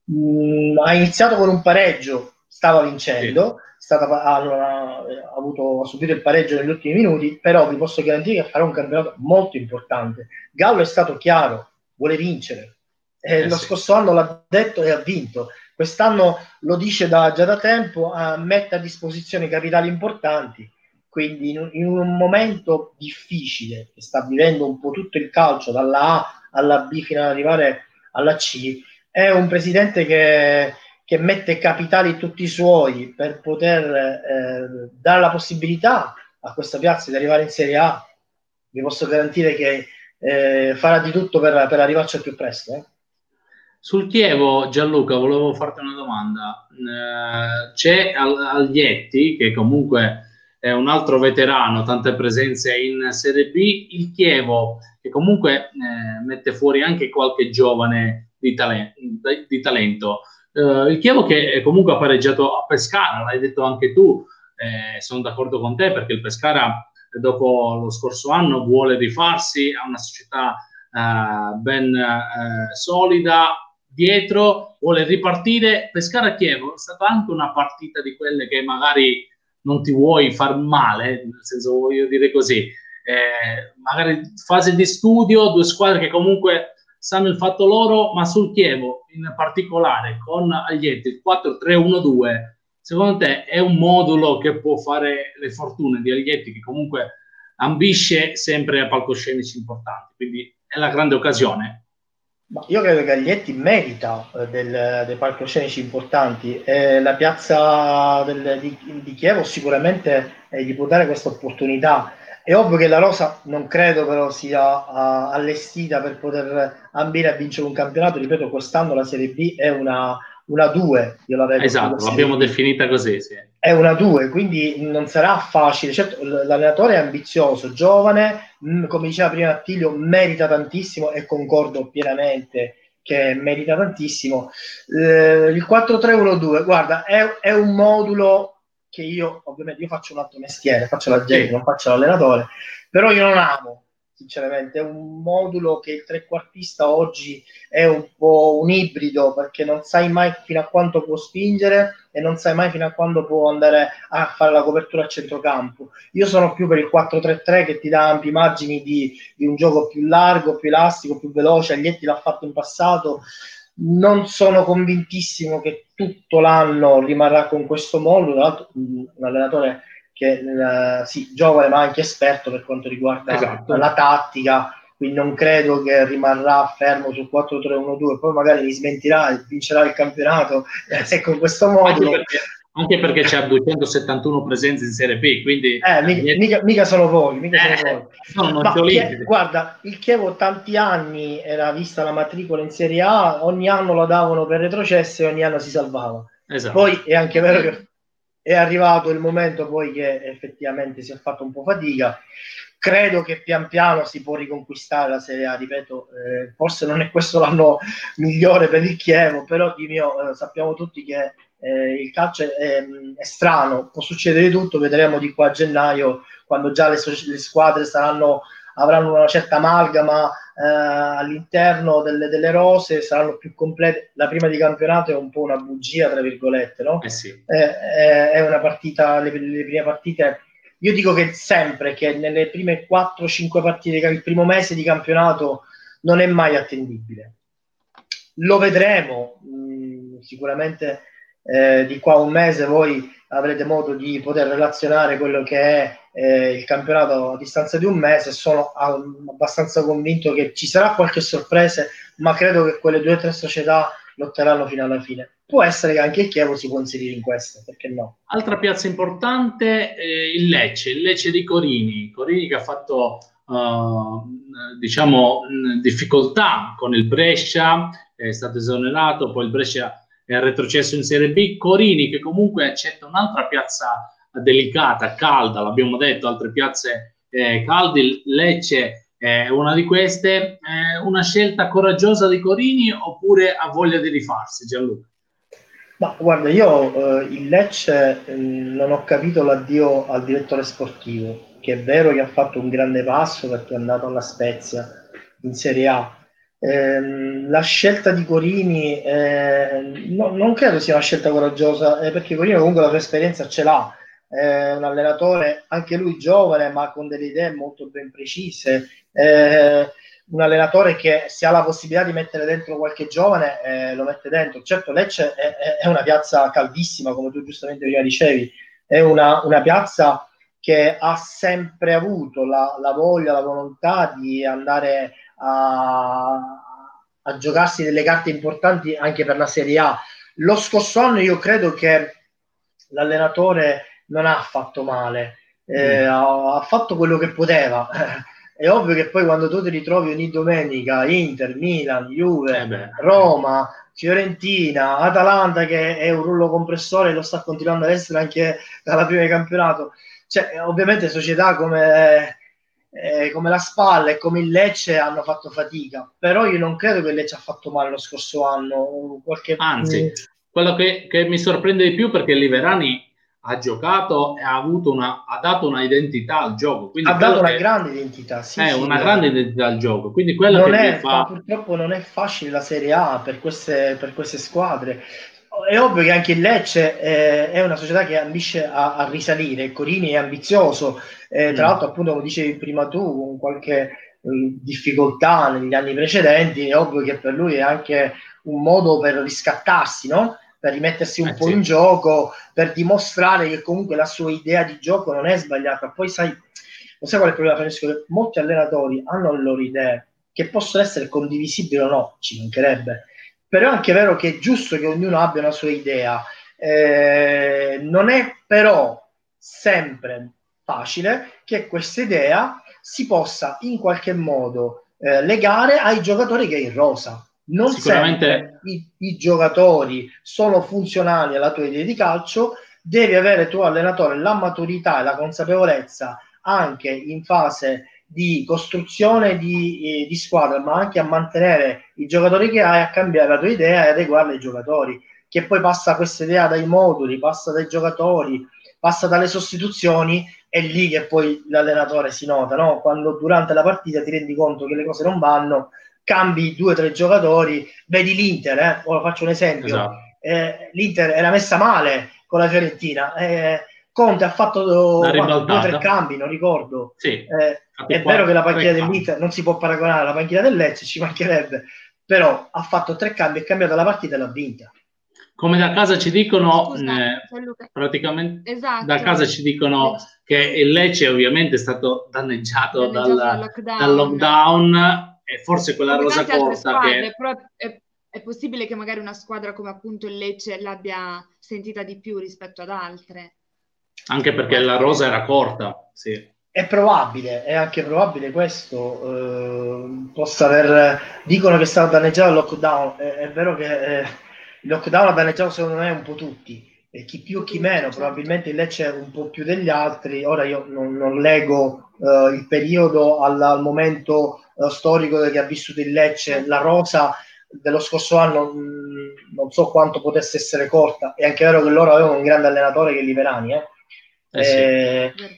Mm, ha iniziato con un pareggio, stava vincendo, sì. stata, ha, ha, ha, avuto, ha subito il pareggio negli ultimi minuti, però vi posso garantire che farà un campionato molto importante. Gallo è stato chiaro, vuole vincere. Eh, eh lo sì. scorso anno l'ha detto e ha vinto. Quest'anno lo dice da, già da tempo, eh, mette a disposizione capitali importanti. Quindi in un, in un momento difficile che sta vivendo un po' tutto il calcio dalla A alla B fino ad arrivare alla C, è un presidente che, che mette capitali tutti i suoi per poter eh, dare la possibilità a questa piazza di arrivare in Serie A. Vi posso garantire che eh, farà di tutto per, per arrivarci al più presto. Eh. Sul Chievo, Gianluca, volevo farti una domanda. Eh, c'è Aglietti, che comunque è un altro veterano, tante presenze in Serie B, il Chievo, che comunque eh, mette fuori anche qualche giovane di, talen- di talento. Eh, il Chievo che comunque ha pareggiato a Pescara, l'hai detto anche tu, eh, sono d'accordo con te, perché il Pescara dopo lo scorso anno vuole rifarsi a una società eh, ben eh, solida, dietro, vuole ripartire. Pescara-Chievo è stata anche una partita di quelle che magari non ti vuoi far male, nel senso, voglio dire così, eh, magari fase di studio, due squadre che comunque sanno il fatto loro, ma sul Chievo in particolare con Aglietti il quattro tre uno due, secondo te è un modulo che può fare le fortune di Aglietti, che comunque ambisce sempre a palcoscenici importanti, quindi è la grande occasione? Ma io credo che Aglietti merita eh, del, dei palcoscenici importanti. Eh, la piazza del, di, di Chievo sicuramente eh, gli può dare questa opportunità. È ovvio che la rosa non credo però sia uh, allestita per poter ambire a vincere un campionato. Ripeto, quest'anno la Serie B è una, una due, io la vedo. Esatto, l'abbiamo definita così, sì. È una due, quindi non sarà facile. Certo, l'allenatore è ambizioso, giovane, mh, come diceva prima Attilio, merita tantissimo e concordo pienamente che merita tantissimo. Eh, il quattro tre uno due, guarda, è, è un modulo che io, ovviamente, io faccio un altro mestiere, faccio l'agente, sì, non faccio l'allenatore, però io non amo, sinceramente. È un modulo che il trequartista oggi è un po' un ibrido, perché non sai mai fino a quanto può spingere e non sai mai fino a quando può andare a fare la copertura a centrocampo. Io sono più per il quattro tre tre, che ti dà ampi margini di, di un gioco più largo, più elastico, più veloce. Aglietti l'ha fatto in passato. Non sono convintissimo che tutto l'anno rimarrà con questo modulo. Tra l'altro un allenatore che eh, sì, giovane ma anche esperto per quanto riguarda, esatto, la tattica, quindi non credo che rimarrà fermo sul quattro tre uno due, poi magari mi smentirà e vincerà il campionato eh, con questo modulo. Anche perché, anche perché c'ha duecentosettantuno presenze in Serie B, quindi eh, mica, mica, mica sono pochi, mica eh, sono pochi. Ma Chie- guarda, il Chievo tanti anni era vista la matricola in Serie A, ogni anno la davano per retrocesso e ogni anno si salvava. Esatto. Poi è anche vero che è arrivato il momento poi che effettivamente si è fatto un po' fatica. Credo che pian piano si può riconquistare la Serie A, ripeto, eh, forse non è questo l'anno migliore per il Chievo, però di mio, eh, sappiamo tutti che eh, il calcio è, è strano, può succedere di tutto. Vedremo di qua a gennaio, quando già le, le squadre saranno, avranno una certa amalgama eh, all'interno delle, delle rose, saranno più complete. La prima di campionato è un po' una bugia, tra virgolette, no? Eh sì. eh, è, è una partita, le, le prime partite. Io dico che sempre che nelle prime quattro cinque partite, il primo mese di campionato non è mai attendibile. Lo vedremo, mh, sicuramente eh, di qua a un mese voi avrete modo di poter relazionare quello che è eh, il campionato a distanza di un mese. Sono abbastanza convinto che ci sarà qualche sorpresa, ma credo che quelle due o tre società lotteranno fino alla fine. Può essere che anche il Chievo si può inserire in queste, perché no? Altra piazza importante, eh, il Lecce, il Lecce di Corini, Corini che ha fatto uh, diciamo difficoltà con il Brescia, è stato esonerato, poi il Brescia è retrocesso in Serie B. Corini che comunque accetta un'altra piazza delicata, calda, l'abbiamo detto, altre piazze eh, calde, Lecce è una di queste. È una scelta coraggiosa di Corini oppure ha voglia di rifarsi, Gianluca? Ma guarda, io eh, il Lecce eh, non ho capito l'addio al direttore sportivo, che è vero che ha fatto un grande passo perché è andato alla Spezia in Serie A. Eh, la scelta di Corini eh, no, non credo sia una scelta coraggiosa, eh, perché Corini comunque la sua esperienza ce l'ha. È un allenatore, anche lui giovane, ma con delle idee molto ben precise. Eh, un allenatore che se ha la possibilità di mettere dentro qualche giovane eh, lo mette dentro. Certo, Lecce è, è una piazza caldissima, come tu giustamente prima dicevi, è una, una piazza che ha sempre avuto la, la voglia, la volontà di andare a, a giocarsi delle carte importanti anche per la Serie A. Lo scorso anno io credo che l'allenatore non ha fatto male, eh, mm. ha, ha fatto quello che poteva. È ovvio che poi quando tu ti ritrovi ogni domenica Inter, Milan, Juve, eh Roma, Fiorentina, Atalanta, che è un rullo compressore e lo sta continuando ad essere anche dalla prima di campionato, cioè ovviamente società come, eh, come la Spalla e come il Lecce hanno fatto fatica, però io non credo che il Lecce ha fatto male lo scorso anno. Qualche... Anzi, quello che, che mi sorprende di più, perché Liverani ha giocato e ha avuto una, ha dato una identità al gioco, quindi ha dato una che, grande identità, sì, è sì, una no. grande identità al gioco, quindi quello non che è, mi fa... ma purtroppo non è facile la Serie A per queste, per queste squadre. È ovvio che anche il Lecce eh, è una società che ambisce a, a risalire. Corini è ambizioso, eh, tra mm. l'altro appunto come dicevi prima tu, con qualche eh, difficoltà negli anni precedenti, è ovvio che per lui è anche un modo per riscattarsi, no? Per rimettersi un eh, po' sì. in gioco, per dimostrare che comunque la sua idea di gioco non è sbagliata. Poi sai, non sai qual è il problema, Francesco? Che molti allenatori hanno le loro idee, che possono essere condivisibili o no, ci mancherebbe, però è anche vero che è giusto che ognuno abbia una sua idea. Eh, non è però sempre facile che questa idea si possa in qualche modo eh, legare ai giocatori che è in rosa. Non sempre i, i giocatori sono funzionali alla tua idea di calcio, devi avere tuo allenatore la maturità e la consapevolezza anche in fase di costruzione di, eh, di squadra, ma anche a mantenere i giocatori che hai, a cambiare la tua idea e adeguarla ai giocatori, che poi passa questa idea dai moduli, passa dai giocatori, passa dalle sostituzioni, è lì che poi l'allenatore si nota, no? Quando durante la partita ti rendi conto che le cose non vanno, cambi due o tre giocatori, vedi l'Inter, eh? Ora faccio un esempio, esatto. eh, l'Inter era messa male con la Fiorentina, eh, Conte ha fatto due o tre cambi, non ricordo. Sì, eh, è vero che la panchina dell'Inter non si può paragonare alla panchina del Lecce, ci mancherebbe, però ha fatto tre cambi, è cambiata la partita e l'ha vinta. Come da casa ci dicono, Scusa, eh, praticamente esatto. da casa ci dicono che il Lecce ovviamente è stato danneggiato, danneggiato dal, dal, lockdown. dal lockdown e forse quella come rosa corta squadre, che... però è, è possibile che magari una squadra come appunto il Lecce l'abbia sentita di più rispetto ad altre. Anche perché la rosa era corta, sì. È probabile, è anche probabile questo, eh, possa aver... Dicono che è stato danneggiato il lockdown, è, è vero che eh, il lockdown ha danneggiato secondo me un po' tutti, e chi più chi meno, certo. Probabilmente il Lecce è un po' più degli altri. Ora io non, non leggo eh, il periodo al, al momento eh, storico che ha vissuto il Lecce, la rosa dello scorso anno mh, non so quanto potesse essere corta, è anche vero che loro avevano un grande allenatore che è Liverani, eh. Eh, eh, sì.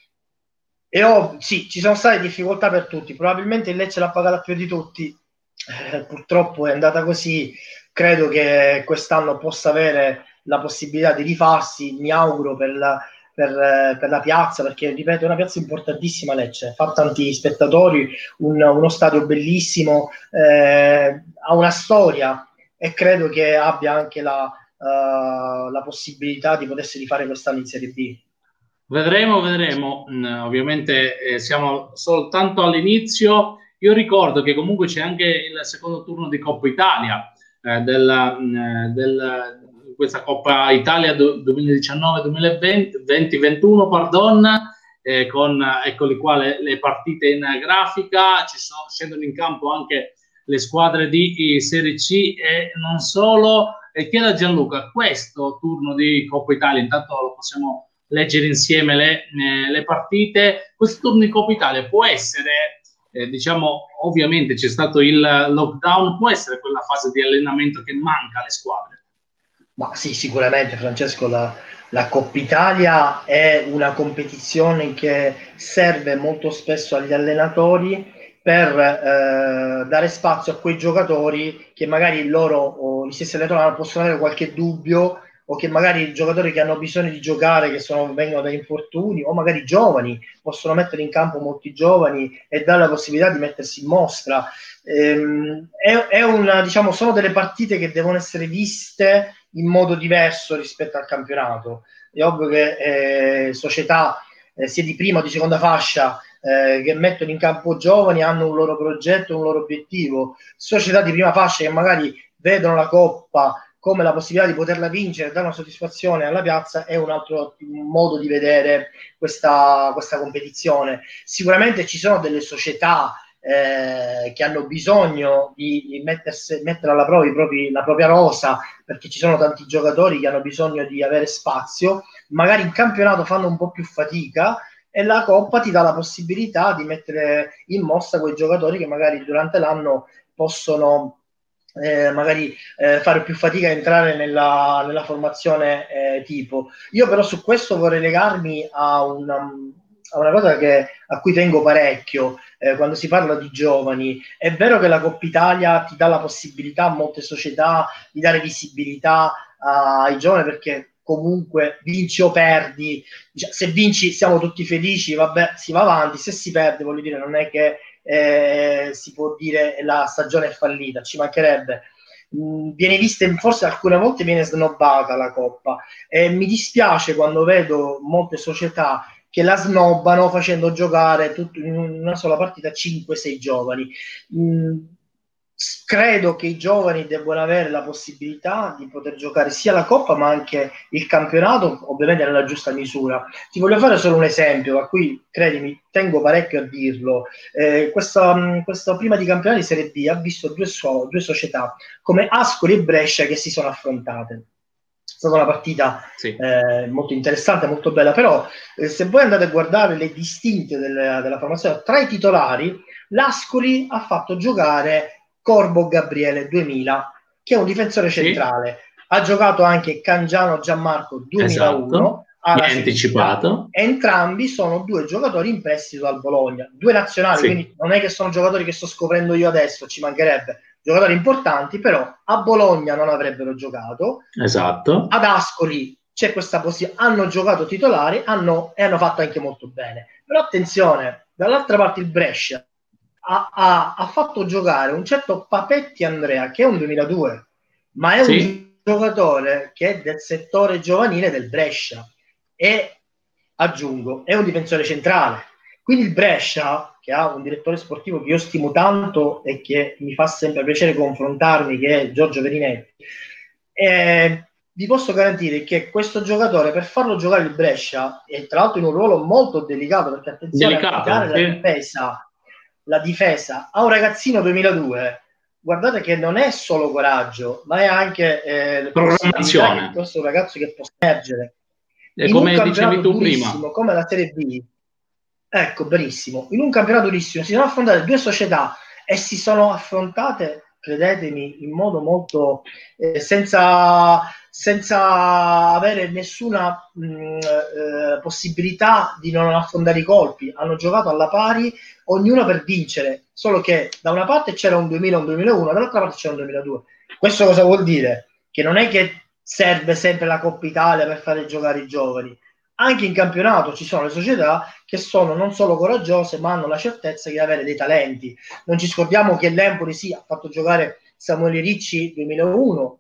E oh, sì, ci sono state difficoltà per tutti, probabilmente il Lecce l'ha pagata più di tutti, eh, purtroppo è andata così. Credo che quest'anno possa avere la possibilità di rifarsi, mi auguro per la, per, per la piazza, perché ripeto è una piazza importantissima Lecce, fa tanti spettatori, un, uno stadio bellissimo, eh, ha una storia e credo che abbia anche la, uh, la possibilità di potersi rifare quest'anno in Serie B. Vedremo, vedremo. Mm, ovviamente eh, siamo soltanto all'inizio. Io ricordo che comunque c'è anche il secondo turno di Coppa Italia, eh, della, mh, del, questa Coppa Italia duemiladiciannove duemilaventi venti ventuno, pardon, eh, con eccoli qua le, le partite in grafica. Ci sono, scendono in campo anche le squadre di Serie C e non solo. E chiedo a Gianluca, questo turno di Coppa Italia, intanto lo possiamo leggere insieme le, eh, le partite. Questo turno di Coppa Italia può essere, eh, diciamo, ovviamente c'è stato il lockdown, può essere quella fase di allenamento che manca alle squadre? Ma sì, sicuramente Francesco, la, la Coppa Italia è una competizione che serve molto spesso agli allenatori per eh, dare spazio a quei giocatori che magari loro o gli stessi allenatori possono avere qualche dubbio, o che magari i giocatori che hanno bisogno di giocare, che sono, vengono da infortuni, o magari giovani, possono mettere in campo molti giovani e dare la possibilità di mettersi in mostra. Ehm, è, è una, diciamo, sono delle partite che devono essere viste in modo diverso rispetto al campionato. È ovvio che eh, società eh, sia di prima o di seconda fascia eh, che mettono in campo giovani, hanno un loro progetto, un loro obiettivo. Società di prima fascia che magari vedono la Coppa come la possibilità di poterla vincere e dare una soddisfazione alla piazza, è un altro modo di vedere questa, questa competizione. Sicuramente ci sono delle società eh, che hanno bisogno di mettersi, mettere alla prova i propri, la propria rosa, perché ci sono tanti giocatori che hanno bisogno di avere spazio, magari in campionato fanno un po' più fatica, e la Coppa ti dà la possibilità di mettere in mostra quei giocatori che magari durante l'anno possono Eh, magari eh, fare più fatica a entrare nella, nella formazione eh, tipo. Io però su questo vorrei legarmi a una, a una cosa che, a cui tengo parecchio eh, quando si parla di giovani. È vero che la Coppa Italia ti dà la possibilità a molte società di dare visibilità uh, ai giovani, perché comunque vinci o perdi, se vinci siamo tutti felici, vabbè, si va avanti, se si perde, voglio dire, non è che Eh, si può dire la stagione è fallita, ci mancherebbe. Mm, viene vista, forse alcune volte viene snobbata la Coppa, e mi dispiace quando vedo molte società che la snobbano facendo giocare tutto in una sola partita cinque sei giovani. Mm, credo che i giovani debbano avere la possibilità di poter giocare sia la Coppa ma anche il campionato, ovviamente nella giusta misura. Ti voglio fare solo un esempio, a cui, credimi, tengo parecchio a dirlo. Eh, questa, questa prima di campionato di Serie B ha visto due, so, due società come Ascoli e Brescia che si sono affrontate. È stata una partita sì. eh, molto interessante, molto bella, però eh, se voi andate a guardare le distinte della, della formazione tra i titolari, l'Ascoli ha fatto giocare Corbo Gabriele duemila, che è un difensore centrale, sì. Ha giocato anche Cangiano Gianmarco duemilauno, esatto. È anticipato. Entrambi sono due giocatori in prestito dal Bologna, due nazionali, sì. Quindi non è che sono giocatori che sto scoprendo io adesso, ci mancherebbe, giocatori importanti, però a Bologna non avrebbero giocato, esatto. Ad Ascoli c'è questa possibilità, hanno giocato titolari, hanno, e hanno fatto anche molto bene, però attenzione, dall'altra parte il Brescia Ha, ha, ha fatto giocare un certo Papetti Andrea, che è un duemiladue, ma è sì. un giocatore che è del settore giovanile del Brescia, e aggiungo, è un difensore centrale. Quindi il Brescia, che ha un direttore sportivo che io stimo tanto e che mi fa sempre piacere confrontarmi, che è Giorgio Verinetti, eh, vi posso garantire che questo giocatore, per farlo giocare il Brescia, e tra l'altro in un ruolo molto delicato, perché attenzione delicato, a sì. la difesa la difesa a un ragazzino duemiladue, guardate che non è solo coraggio, ma è anche eh, programmazione. Che questo è un ragazzo che può emergere e come dicevi tu prima, come la Serie B. Ecco, benissimo, in un campionato durissimo si sono affrontate due società e si sono affrontate, credetemi, in modo molto eh, senza senza avere nessuna mh, eh, possibilità di non affondare i colpi. Hanno giocato alla pari, ognuno per vincere, solo che da una parte c'era un duemila, un duemilauno, dall'altra parte c'era un duemiladue. Questo cosa vuol dire? Che non è che serve sempre la Coppa Italia per fare giocare i giovani. Anche in campionato ci sono le società che sono non solo coraggiose, ma hanno la certezza di avere dei talenti. Non ci scordiamo che l'Empoli sì, ha fatto giocare Samuele Ricci duemilauno,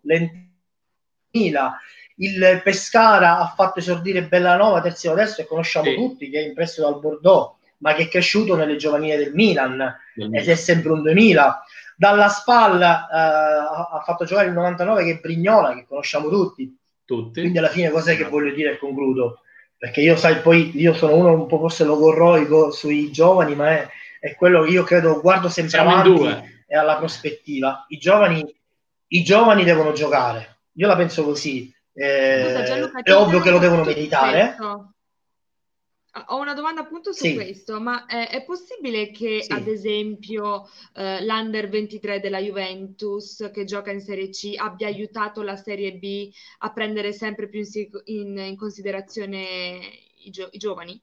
il Pescara ha fatto esordire Bellanova terzino destro, e conosciamo sì. tutti, che è in prestito dal Bordeaux, ma che è cresciuto nelle giovanili del Milan, mm-hmm. ed è sempre un duemila. Dalla Spal eh, ha fatto giocare il novantanove, che è Brignola, che conosciamo tutti. tutti. Quindi alla fine cos'è che voglio dire e concludo? Perché io sai, poi io sono uno un po' forse logorroico sui giovani, ma è, è quello che io credo, guardo sempre Siamo avanti e alla prospettiva. I giovani, i giovani devono giocare. Io la penso così, eh, Scusa, Gianluca, è ovvio che lo devono meritare. Ho una domanda appunto su sì. questo, ma eh, è possibile che sì. ad esempio eh, l'Under ventitré della Juventus, che gioca in Serie C, abbia aiutato la Serie B a prendere sempre più in, in, in considerazione i, gio- i giovani?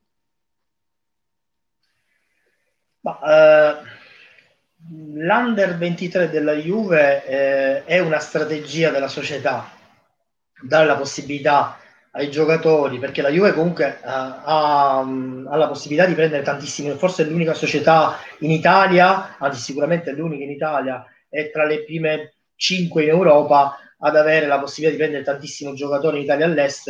Ma, uh... l'Under ventitré della Juve eh, è una strategia della società, dare la possibilità ai giocatori, perché la Juve comunque eh, ha, ha la possibilità di prendere tantissimi, forse è l'unica società in Italia, anzi sicuramente è l'unica in Italia, è tra le prime cinque in Europa ad avere la possibilità di prendere tantissimi giocatori in Italia e all'estero,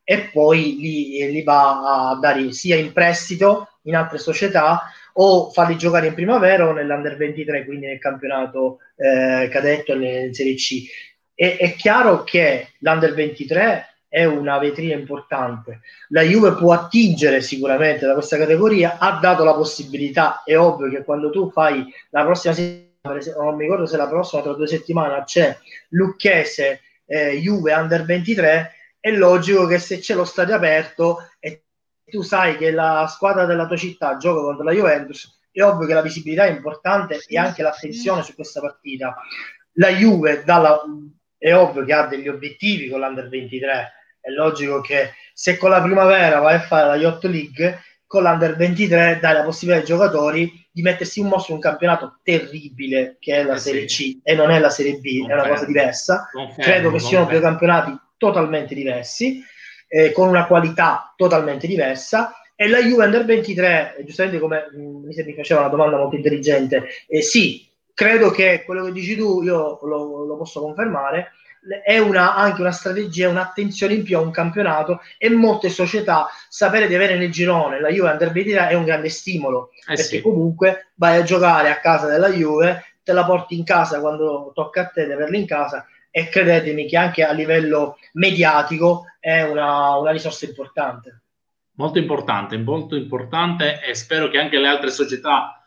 e poi li, li va a dare sia in prestito in altre società o farli giocare in primavera o nell'Under ventitré, quindi nel campionato eh, cadetto e nel Serie C. E, è chiaro che l'Under ventitré è una vetrina importante. La Juve può attingere sicuramente da questa categoria, ha dato la possibilità. È ovvio che quando tu fai la prossima settimana, non mi ricordo se la prossima tra due settimane c'è Lucchese eh, Juve Under ventitré, è logico che se c'è lo stadio aperto e tu sai che la squadra della tua città gioca contro la Juventus, è ovvio che la visibilità è importante e anche l'attenzione su questa partita. La Juve dalla, è ovvio che ha degli obiettivi con l'Under ventitré, è logico che se con la primavera vai a fare la Yacht League, con l'Under ventitré dai la possibilità ai giocatori di mettersi in mosso un campionato terribile che è la eh Serie sì. C e non è la Serie B, Confermo. è una cosa diversa. Confermo, Credo che siano confermo. due campionati totalmente diversi, eh, con una qualità totalmente diversa, e la Juve Under ventitré, giustamente come mh, mi faceva una domanda molto intelligente, eh, sì, credo che quello che dici tu io lo, lo posso confermare, è una, anche una strategia, un'attenzione in più a un campionato, e molte società sapere di avere nel girone la Juve Under ventitré è un grande stimolo, Eh perché sì. comunque vai a giocare a casa della Juve, te la porti in casa quando tocca a te di averla in casa, e credetemi che anche a livello mediatico è una, una risorsa importante. Molto importante, molto importante, e spero che anche le altre società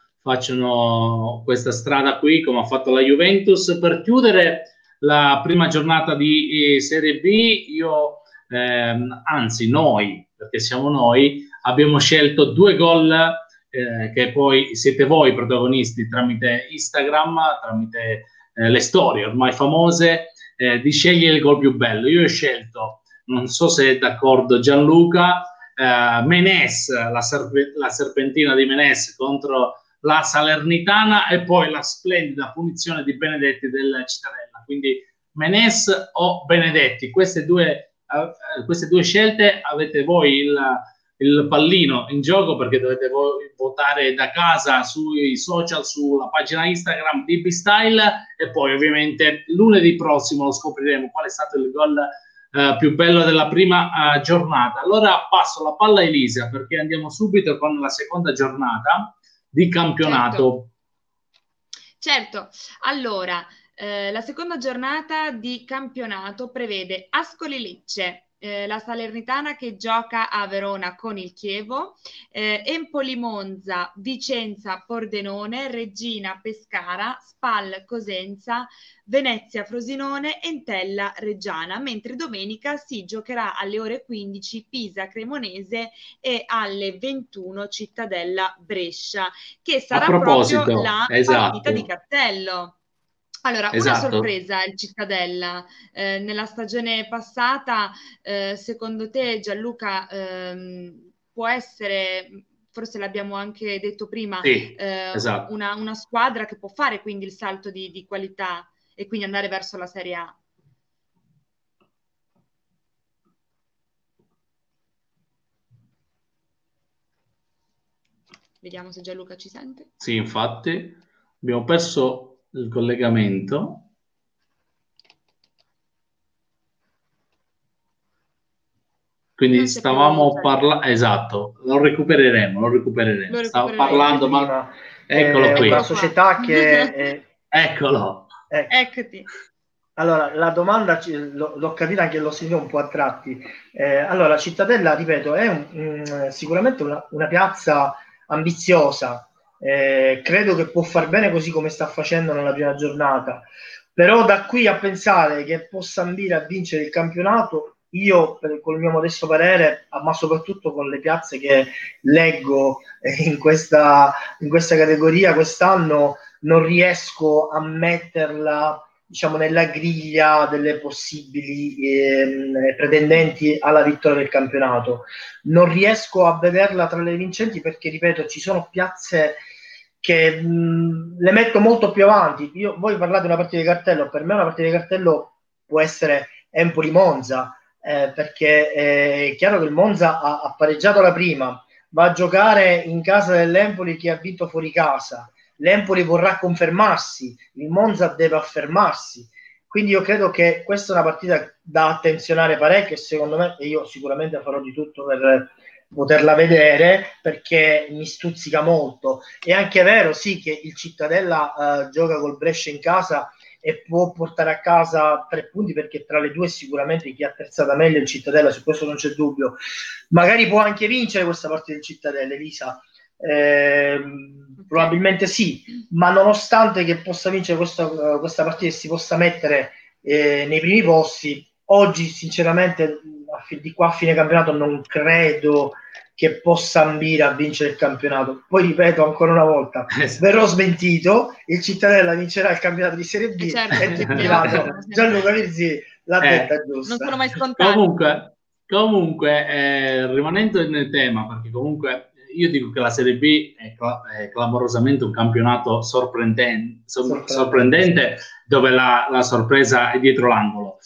facciano questa strada qui come ha fatto la Juventus. Per chiudere la prima giornata di eh, Serie B, io ehm, anzi noi, perché siamo noi, abbiamo scelto due gol eh, che poi siete voi protagonisti tramite Instagram, tramite eh, le storie ormai famose, eh, di scegliere il gol più bello. Io ho scelto, non so se è d'accordo Gianluca, Uh, Menes, la, serpe- la serpentina di Menes contro la Salernitana, e poi la splendida punizione di Benedetti del Cittadella. Quindi Menes o Benedetti, queste due, uh, queste due scelte avete voi il, il pallino in gioco, perché dovete voi votare da casa sui social, sulla pagina Instagram di B-Style, e poi ovviamente lunedì prossimo lo scopriremo qual è stato il gol Uh, più bello della prima uh, giornata. Allora passo la palla a Elisa, perché andiamo subito con la seconda giornata di campionato. Certo, certo. Allora eh, la seconda giornata di campionato prevede Ascoli Lecce, eh, la Salernitana che gioca a Verona con il Chievo, eh, Empoli Monza, Vicenza Pordenone, Reggina Pescara, Spal Cosenza, Venezia Frosinone, Entella Reggiana, mentre domenica si giocherà alle ore quindici Pisa Cremonese e alle ventuno Cittadella Brescia, che sarà proprio la esatto. partita di cartello. Allora, esatto. Una sorpresa il Cittadella. Eh, nella stagione passata, eh, secondo te Gianluca, ehm, può essere, forse l'abbiamo anche detto prima, sì, eh, esatto. una, una squadra che può fare quindi il salto di, di qualità e quindi andare verso la Serie A? Vediamo se Gianluca ci sente. Sì, infatti abbiamo perso il collegamento. Quindi stavamo parlando, esatto, lo recupereremo, lo recupereremo. Lo Stavo recupereremo. parlando, ma eccolo è qui. Una società che è... Eccolo. Ecco. Eccoti. Allora, la domanda l- l'ho capita anche l'ho sentita un po' a tratti. Eh, allora, Cittadella, ripeto, è un, un, sicuramente una, una piazza ambiziosa. Eh, credo che può far bene così come sta facendo nella prima giornata. Però da qui a pensare che possa ambire a vincere il campionato, io, per, col mio modesto parere, ma soprattutto con le piazze che leggo eh, in, questa, in questa categoria quest'anno, non riesco a metterla, diciamo, nella griglia delle possibili eh, pretendenti alla vittoria del campionato. Non riesco a vederla tra le vincenti perché, ripeto, ci sono piazze che mh, le metto molto più avanti. Io, voi parlate di una partita di cartello, per me una partita di cartello può essere Empoli-Monza, eh, perché è chiaro che il Monza ha, ha pareggiato la prima, va a giocare in casa dell'Empoli che ha vinto fuori casa. L'Empoli vorrà confermarsi, il Monza deve affermarsi, quindi io credo che questa è una partita da attenzionare parecchio, e secondo me, e io sicuramente farò di tutto per poterla vedere, perché mi stuzzica molto. È anche vero, sì, che il Cittadella uh, gioca col Brescia in casa e può portare a casa tre punti, perché tra le due sicuramente chi ha attrezzata meglio è il Cittadella, su questo non c'è dubbio. Magari può anche vincere questa partita del Cittadella, Elisa. Eh, probabilmente sì, ma nonostante che possa vincere questa, uh, questa partita e si possa mettere eh, nei primi posti, oggi sinceramente di qua a fine campionato non credo che possa ambire a vincere il campionato. Poi ripeto ancora una volta, verrò smentito, il Cittadella vincerà il campionato di Serie B, certo, e tutti diranno Gianluca Virzi l'ha eh, detta giusta. Non sono mai scontato. Comunque, comunque eh, rimanendo nel tema, perché comunque io dico che la Serie B è, cl- è clamorosamente un campionato sorprendente, sor- Sorprendente. sorprendente dove la, la sorpresa è dietro l'angolo.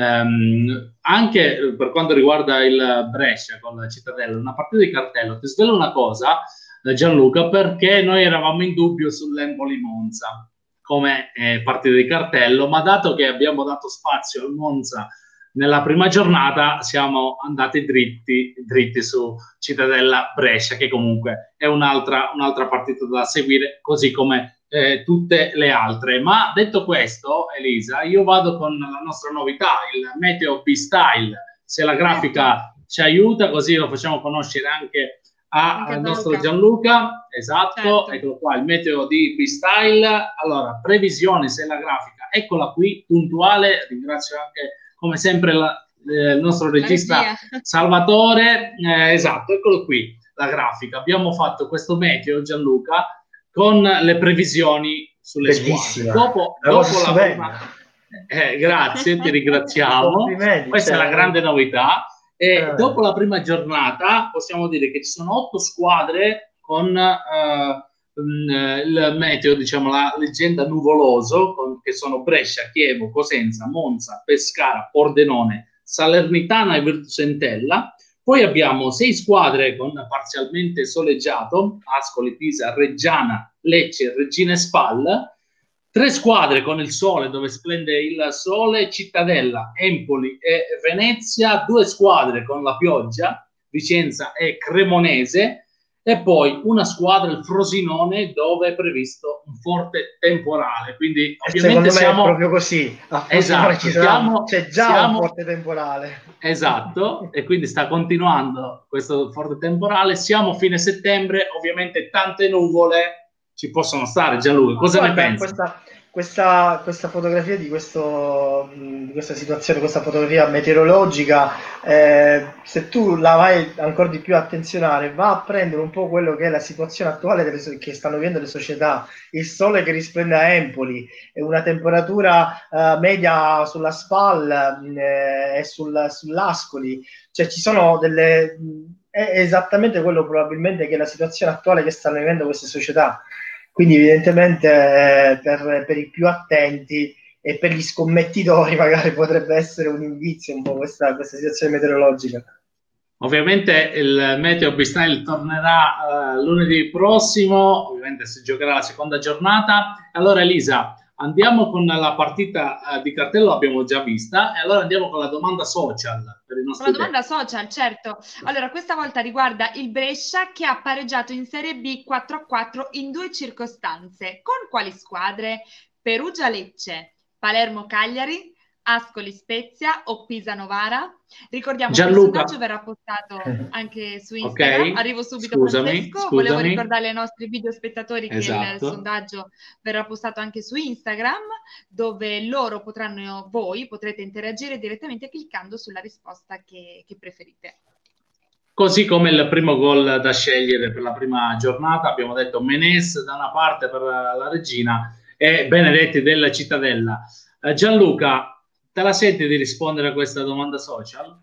Um, anche per quanto riguarda il Brescia con la Cittadella, una partita di cartello. Ti svelo una cosa, eh, Gianluca, perché noi eravamo in dubbio sull'Empoli Monza come eh, partita di cartello, ma dato che abbiamo dato spazio al Monza nella prima giornata, siamo andati dritti, dritti su Cittadella Brescia, che comunque è un'altra, un'altra partita da seguire, così come Eh, tutte le altre. Ma detto questo, Elisa, io vado con la nostra novità, il Meteo B-Style. Se la grafica ci aiuta, così lo facciamo conoscere anche, a, Anche al Gianluca. nostro Gianluca. Esatto, Certo. eccolo qua, il Meteo di B-Style. Allora, previsioni, se la grafica, eccola qui, puntuale. Ringrazio anche, come sempre, la, eh, il nostro regista regia. Salvatore. Eh, esatto, eccolo qui, la grafica. Abbiamo fatto questo Meteo, Gianluca, con le previsioni sulle Bellissima. squadre. Dopo, Una cosa dopo la stupenda. prima, eh, grazie, ti ringraziamo. Complimenti, Questa cioè, è la grande novità. E eh. dopo la prima giornata possiamo dire che ci sono otto squadre con eh, mh, il meteo, diciamo la leggenda nuvoloso, con, che sono Brescia, Chievo, Cosenza, Monza, Pescara, Pordenone, Salernitana e Virtus Entella. Poi abbiamo sei squadre con parzialmente soleggiato, Ascoli, Pisa, Reggiana, Lecce, Regina e Spal. Tre squadre con il sole, dove splende il sole, Cittadella, Empoli e Venezia. Due squadre con la pioggia, Vicenza e Cremonese. E poi una squadra, il Frosinone, dove è previsto un forte temporale. Quindi E ovviamente secondo me siamo... è proprio così. A Esatto, ci sarà- siamo- c'è già siamo- un forte temporale. Esatto, e quindi sta continuando questo forte temporale. Siamo fine settembre, ovviamente tante nuvole ci possono stare. Gianluca, cosa Guarda, ne pensi? Questa, questa, questa fotografia di, questo, mh, di questa situazione, questa fotografia meteorologica, eh, se tu la vai ancora di più a attenzionare, va a prendere un po' quello che è la situazione attuale delle so- che stanno vivendo le società. Il sole che risplende a Empoli, e una temperatura eh, media sulla Spal mh, eh, e sul, sull'Ascoli, cioè ci sono delle... mh, è esattamente quello probabilmente che è la situazione attuale che stanno vivendo queste società. Quindi evidentemente eh, per, per i più attenti e per gli scommettitori magari potrebbe essere un indizio un po' questa, questa situazione meteorologica. Ovviamente il Meteo B-Style tornerà eh, lunedì prossimo, ovviamente si giocherà la seconda giornata. Allora Elisa, andiamo con la partita eh, di cartello, l'abbiamo già vista, e allora andiamo con la domanda social per i Con nostri la domanda social, certo. Allora, questa volta riguarda il Brescia, che ha pareggiato in Serie B quattro a quattro in due circostanze. Con quali squadre? Perugia-Lecce, Palermo-Cagliari, Ascoli-Spezia o Pisa-Novara? Ricordiamo Gianluca. che il sondaggio verrà postato anche su Instagram. Ok, Arrivo subito, scusami, Francesco. Volevo scusami. ricordare ai nostri video spettatori che il Esatto. sondaggio verrà postato anche su Instagram, dove loro potranno, voi potrete interagire direttamente cliccando sulla risposta che, che preferite. Così come il primo gol da scegliere per la prima giornata, abbiamo detto Menes da una parte per la Regina e Benedetti della Cittadella. Eh, Gianluca, te la senti di rispondere a questa domanda social?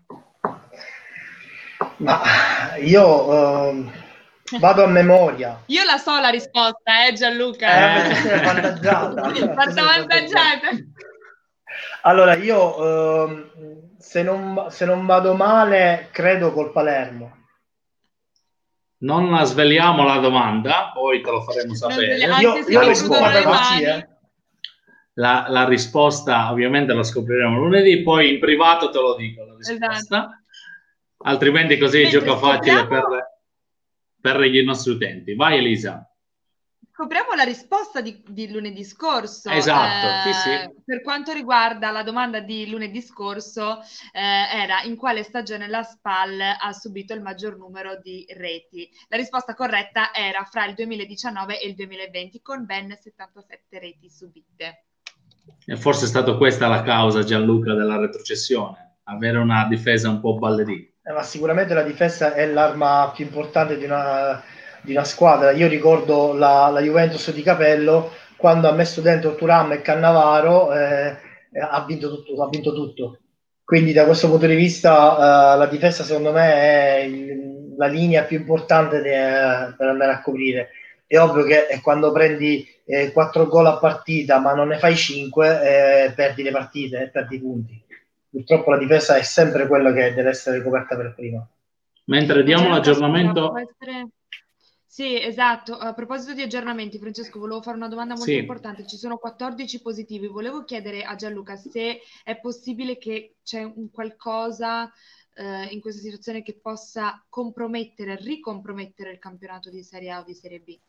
Ma io ehm, vado a memoria. Io la so la risposta, eh Eh, Gianluca? perché sei avvantaggiata. Fatta avvantaggiata. Allora, io ehm, se, non, se non vado male, credo col Palermo. Non sveliamo la domanda, poi te lo faremo sapere. sveliamo- Io, Anche se io mi lo chiudono guarda le così, mani. eh. la, la risposta ovviamente la scopriremo lunedì, poi in privato te lo dico la risposta, Esatto. altrimenti così Mentre gioca facile scopriamo- per, per i nostri utenti. Vai Elisa. Scopriamo la risposta di, di lunedì scorso. Esatto, sì, Eh, sì. Per quanto riguarda la domanda di lunedì scorso, eh, era in quale stagione la SPAL ha subito il maggior numero di reti. La risposta corretta era fra il duemiladiciannove e il duemilaventi, con ben settantasette reti subite. E forse è stata questa la causa, Gianluca, della retrocessione, avere una difesa un po' ballerina. Eh, ma sicuramente la difesa è l'arma più importante di una, di una squadra. Io ricordo la, la Juventus di Capello, quando ha messo dentro Thuram e Cannavaro, eh, eh, ha vinto tutto, ha vinto tutto. Quindi da questo punto di vista eh, la difesa secondo me è il- la linea più importante de- per andare a coprire. È ovvio che eh, quando prendi eh, quattro gol a partita ma non ne fai cinque, eh, perdi le partite e perdi i punti. Purtroppo la difesa è sempre quella che deve essere coperta per prima. Mentre diamo Gianluca, scusa, l'aggiornamento... può essere- Sì, esatto. A proposito di aggiornamenti, Francesco, volevo fare una domanda molto Sì. importante. Ci sono quattordici positivi. Volevo chiedere a Gianluca se è possibile che c'è un qualcosa eh, in questa situazione che possa compromettere, ricompromettere il campionato di Serie A o di Serie B.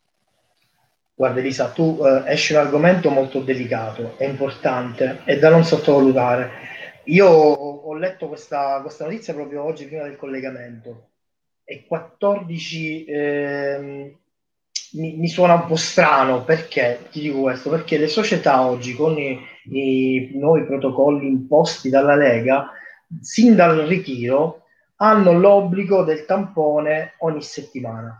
Guarda Elisa, tu eh, esci un argomento molto delicato, è importante, è da non sottovalutare. Io ho, ho letto questa, questa notizia proprio oggi prima del collegamento e quattordici ehm, mi, mi suona un po' strano. Perché ti dico questo? Perché le società oggi con i, i nuovi protocolli imposti dalla Lega, sin dal ritiro, hanno l'obbligo del tampone ogni settimana.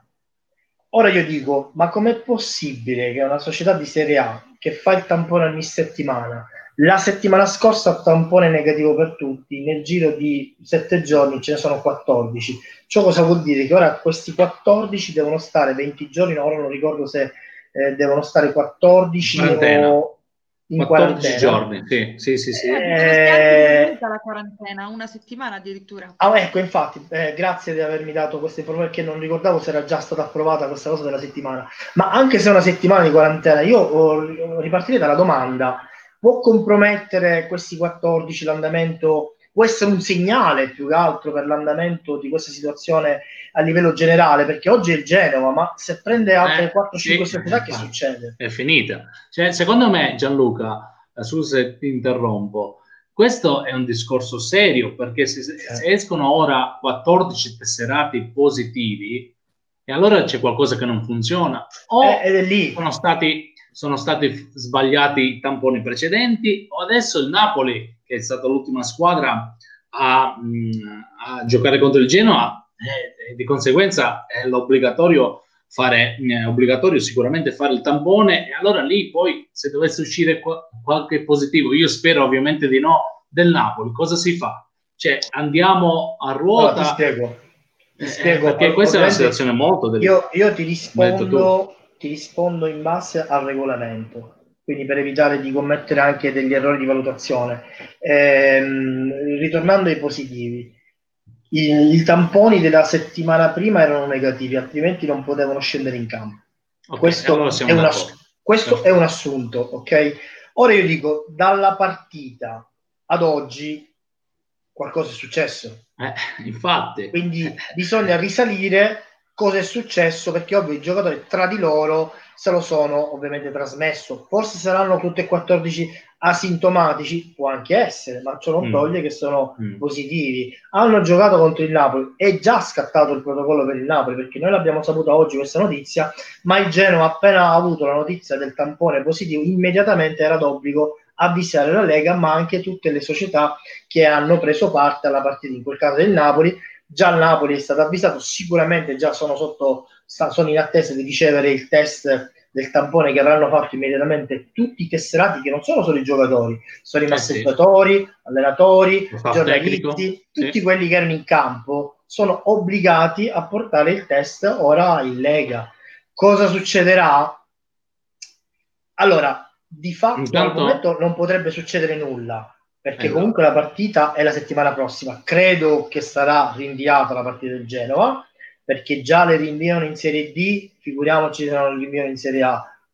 Ora io dico, ma com'è possibile che una società di Serie A che fa il tampone ogni settimana, la settimana scorsa ha tampone negativo per tutti, nel giro di sette giorni ce ne sono quattordici. Ciò cosa vuol dire? Che ora questi quattordici devono stare venti giorni, no, ora non ricordo se eh, devono stare quattordici Quarantena. o in quattordici quarantena. giorni, sì, sì, sì, sì. Eh, dicono sia anche Eh, diminuita la quarantena, una settimana addirittura. Ah, ecco, infatti, eh, grazie di avermi dato questa informazione, perché non ricordavo se era già stata approvata questa cosa della settimana. Ma anche se è una settimana di quarantena, io oh, ripartirei dalla domanda: può compromettere questi quattordici l'andamento? Può essere un segnale più che altro per l'andamento di questa situazione a livello generale? Perché oggi è il Genova, ma se prende altre Eh, quattro cinque sì, società, che infatti, succede? è finita. Cioè, secondo me, Gianluca, eh, scusa se ti interrompo, questo è un discorso serio, perché se, se escono ora quattordici tesserati positivi, e allora c'è qualcosa che non funziona. O Eh, ed è lì. sono stati, sono stati sbagliati i tamponi precedenti, o adesso il Napoli, che è stata l'ultima squadra a, mh, a giocare contro il Genoa, eh, e di conseguenza è l'obbligatorio fare, è obbligatorio sicuramente fare il tampone, e allora lì poi se dovesse uscire qua, qualche positivo, io spero ovviamente di no, del Napoli, cosa si fa? Cioè andiamo a ruota? Allora, ti spiego. Ti Eh, spiego perché questa è una ovviamente, situazione molto delicata. io, io ti Come hai detto tu. rispondo, ti rispondo in base al regolamento, quindi per evitare di commettere anche degli errori di valutazione. Ehm, ritornando ai positivi, i, i tamponi della settimana prima erano negativi, altrimenti non potevano scendere in campo. Ok, questo, allora siamo è, un d'accordo. ass- questo è un assunto, ok? Ora io dico, dalla partita ad oggi qualcosa è successo. Eh, infatti. Quindi bisogna risalire cosa è successo, perché ovvio i giocatori tra di loro se lo sono ovviamente trasmesso. Forse saranno tutti e quattordici asintomatici, può anche essere, ma ciò non Mm. toglie che sono Mm. positivi. Hanno giocato contro il Napoli, è già scattato il protocollo per il Napoli, perché noi l'abbiamo saputa oggi questa notizia, ma il Genoa appena ha avuto la notizia del tampone positivo immediatamente era d'obbligo avvisare la Lega, ma anche tutte le società che hanno preso parte alla partita, in quel caso del Napoli. Già il Napoli è stato avvisato, sicuramente già sono sotto, sono in attesa di ricevere il test del tampone che avranno fatto immediatamente tutti i tesserati, che non sono solo i giocatori, sono i Eh sì. massaggiatori, allenatori, Lo staff giornalisti, tecnico, tutti sì. quelli che erano in campo sono obbligati a portare il test ora in Lega. Cosa succederà? Allora, di fatto Intanto- al momento non potrebbe succedere nulla, perché Esatto. comunque la partita è la settimana prossima. Credo che sarà rinviata la partita del Genova, perché già le rinviano in Serie D, figuriamoci se non le rinviano in Serie A.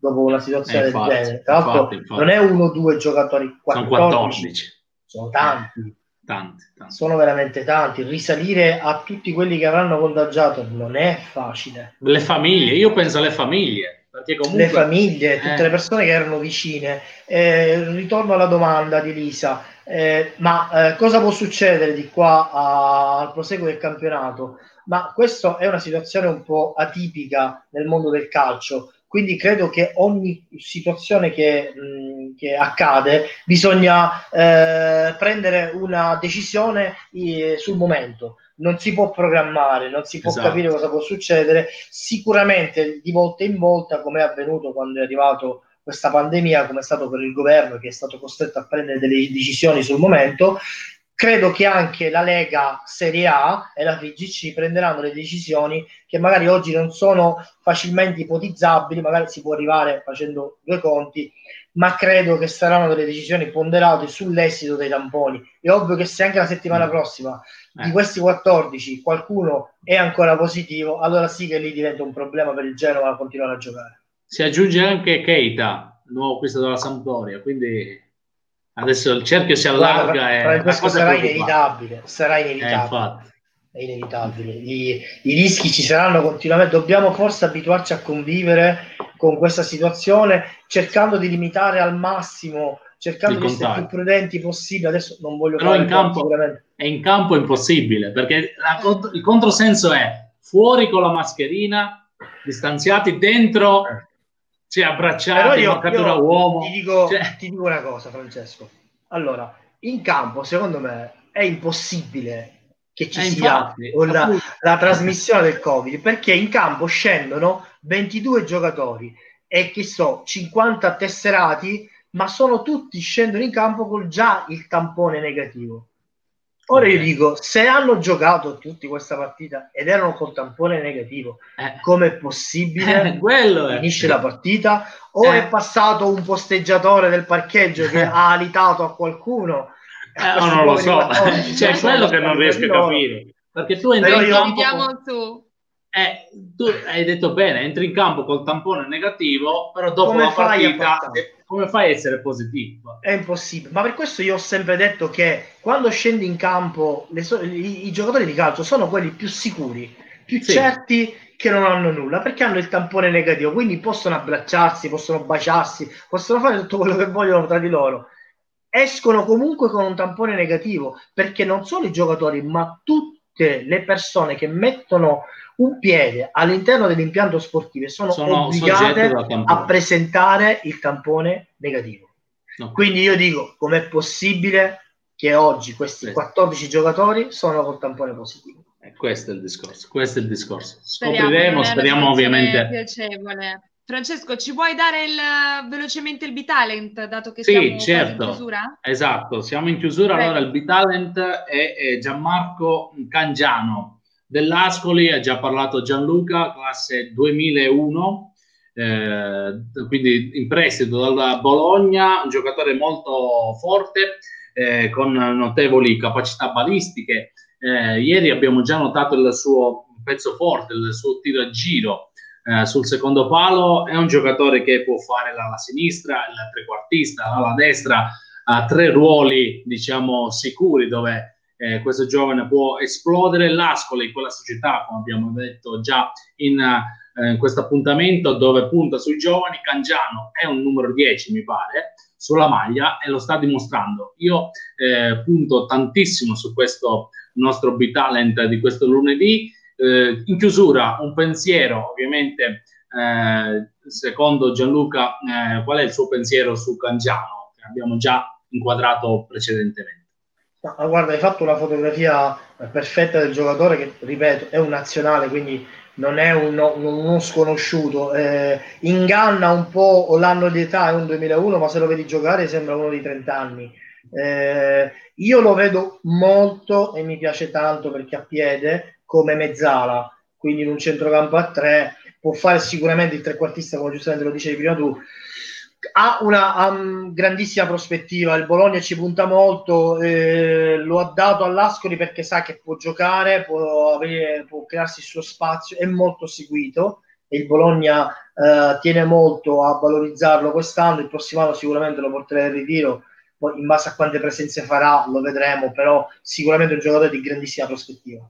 dopo una situazione Eh, del infatti, genere. Tra l'altro infatti, infatti. non è uno o due giocatori, Sono quattordici, quattordici. sono tanti. Tanti, tanti. Sono veramente tanti. Risalire a tutti quelli che avranno contagiato non è facile. Le famiglie, io penso alle famiglie, perché comunque... Le famiglie, tutte eh, le persone che erano vicine. Eh, ritorno alla domanda di Lisa, eh, ma eh, cosa può succedere di qua a- al proseguo del campionato? Ma questa è una situazione un po' atipica nel mondo del calcio, quindi credo che ogni situazione che, mh, che accade bisogna eh, prendere una decisione eh, sul momento. Non si può programmare, non si può Esatto. capire cosa può succedere. Sicuramente di volta in volta, come è avvenuto quando è arrivato questa pandemia, come è stato per il governo che è stato costretto a prendere delle decisioni sul momento, credo che anche la Lega Serie A e la F I G C prenderanno le decisioni che magari oggi non sono facilmente ipotizzabili, magari si può arrivare facendo due conti, ma credo che saranno delle decisioni ponderate sull'esito dei tamponi. È ovvio che se anche la settimana prossima Eh. di questi quattordici qualcuno è ancora positivo, allora sì che lì diventa un problema per il Genova a continuare a giocare. Si aggiunge anche Keita, nuovo acquisto della Sampdoria, quindi adesso il cerchio si allarga. Guarda, e Francesco, la cosa è sarà preoccupante. inevitabile, sarà Eh, inevitabile. infatti. È inevitabile. I, I rischi ci saranno continuamente. Dobbiamo forse abituarci a convivere con questa situazione, cercando di limitare al massimo, cercando Il di essere più contagio. prudenti possibile. Adesso non voglio Però fare in il gol, campo, sicuramente. è in campo è impossibile, perché la cont- il controsenso è fuori con la mascherina, distanziati, dentro, cioè Però abbracciati, io, marcatura io uomo. ti, dico, Cioè, ti dico una cosa, Francesco. Allora, in campo, secondo me, è impossibile che ci eh, sia infatti, la, appunto. la trasmissione del Covid, perché in campo scendono ventidue giocatori e che so, cinquanta tesserati, ma sono tutti scendono in campo con già il tampone negativo. Ora io Ok. dico, se hanno giocato tutti questa partita ed erano col tampone negativo, Eh. com'è possibile? Eh, quello è. Finisce la partita o Eh. è passato un posteggiatore del parcheggio che ha alitato a qualcuno? Eh, oh, non lo so, cioè quello che non riesco a loro. capire, perché tu entri Però in io- campo Vediamo con- su. eh, tu hai detto bene, entri in campo col tampone negativo, però dopo Come la fai a partita passare? eh, come fai a essere positivo? È impossibile, ma per questo io ho sempre detto che quando scendi in campo le so- i, i giocatori di calcio sono quelli più sicuri, più Sì. certi che non hanno nulla, perché hanno il tampone negativo, quindi possono abbracciarsi, possono baciarsi, possono fare tutto quello che vogliono tra di loro. Escono comunque con un tampone negativo, perché non solo i giocatori, ma tutte le persone che mettono un piede all'interno dell'impianto sportivo sono, Sono obbligate soggetti da tampone. a presentare il tampone negativo. No. Quindi io dico, com'è possibile che oggi questi Sì. quattordici giocatori sono col tampone positivo? Eh, questo è il discorso, questo è il discorso. Speriamo, Scopriremo, non è una speriamo situazione ovviamente. piacevole. Francesco, ci vuoi dare il, velocemente il B-Talent, dato che Sì, siamo quasi in certo. chiusura? Esatto, siamo in chiusura. Prego. Allora il B-Talent è, è Gianmarco Cangiano dell'Ascoli, ha già parlato Gianluca, classe duemilauno, eh, quindi in prestito dalla Bologna, un giocatore molto forte, eh, con notevoli capacità balistiche. Eh, ieri abbiamo già notato il suo pezzo forte, il suo tiro a giro eh, sul secondo palo. È un giocatore che può fare l'ala sinistra, il trequartista, l'ala destra, ha tre ruoli diciamo sicuri dove eh, questo giovane può esplodere. L'Ascoli, quella società, come abbiamo detto già in, eh, in questo appuntamento, dove punta sui giovani. Cangiano è un numero dieci, mi pare, sulla maglia, e lo sta dimostrando. Io eh, punto tantissimo su questo nostro B-Talent di questo lunedì. Eh, in chiusura un pensiero, ovviamente, eh, secondo Gianluca, eh, qual è il suo pensiero su Cangiano, che abbiamo già inquadrato precedentemente? No, guarda, hai fatto una fotografia perfetta del giocatore che, ripeto, è un nazionale, quindi non è uno, uno sconosciuto. Eh, inganna un po' l'anno di età, è un duemilauno, ma se lo vedi giocare sembra uno di trenta anni. Eh, io lo vedo molto e mi piace tanto perché a piede come mezzala, quindi in un centrocampo a tre, può fare sicuramente il trequartista, come giustamente lo dicevi prima tu. Ha una um, grandissima prospettiva, il Bologna ci punta molto, eh, lo ha dato all'Ascoli perché sa che può giocare, può, avere, può crearsi il suo spazio, è molto seguito, e il Bologna eh, tiene molto a valorizzarlo quest'anno. Il prossimo anno sicuramente lo porterà in ritiro, poi in base a quante presenze farà lo vedremo, però sicuramente è un giocatore di grandissima prospettiva.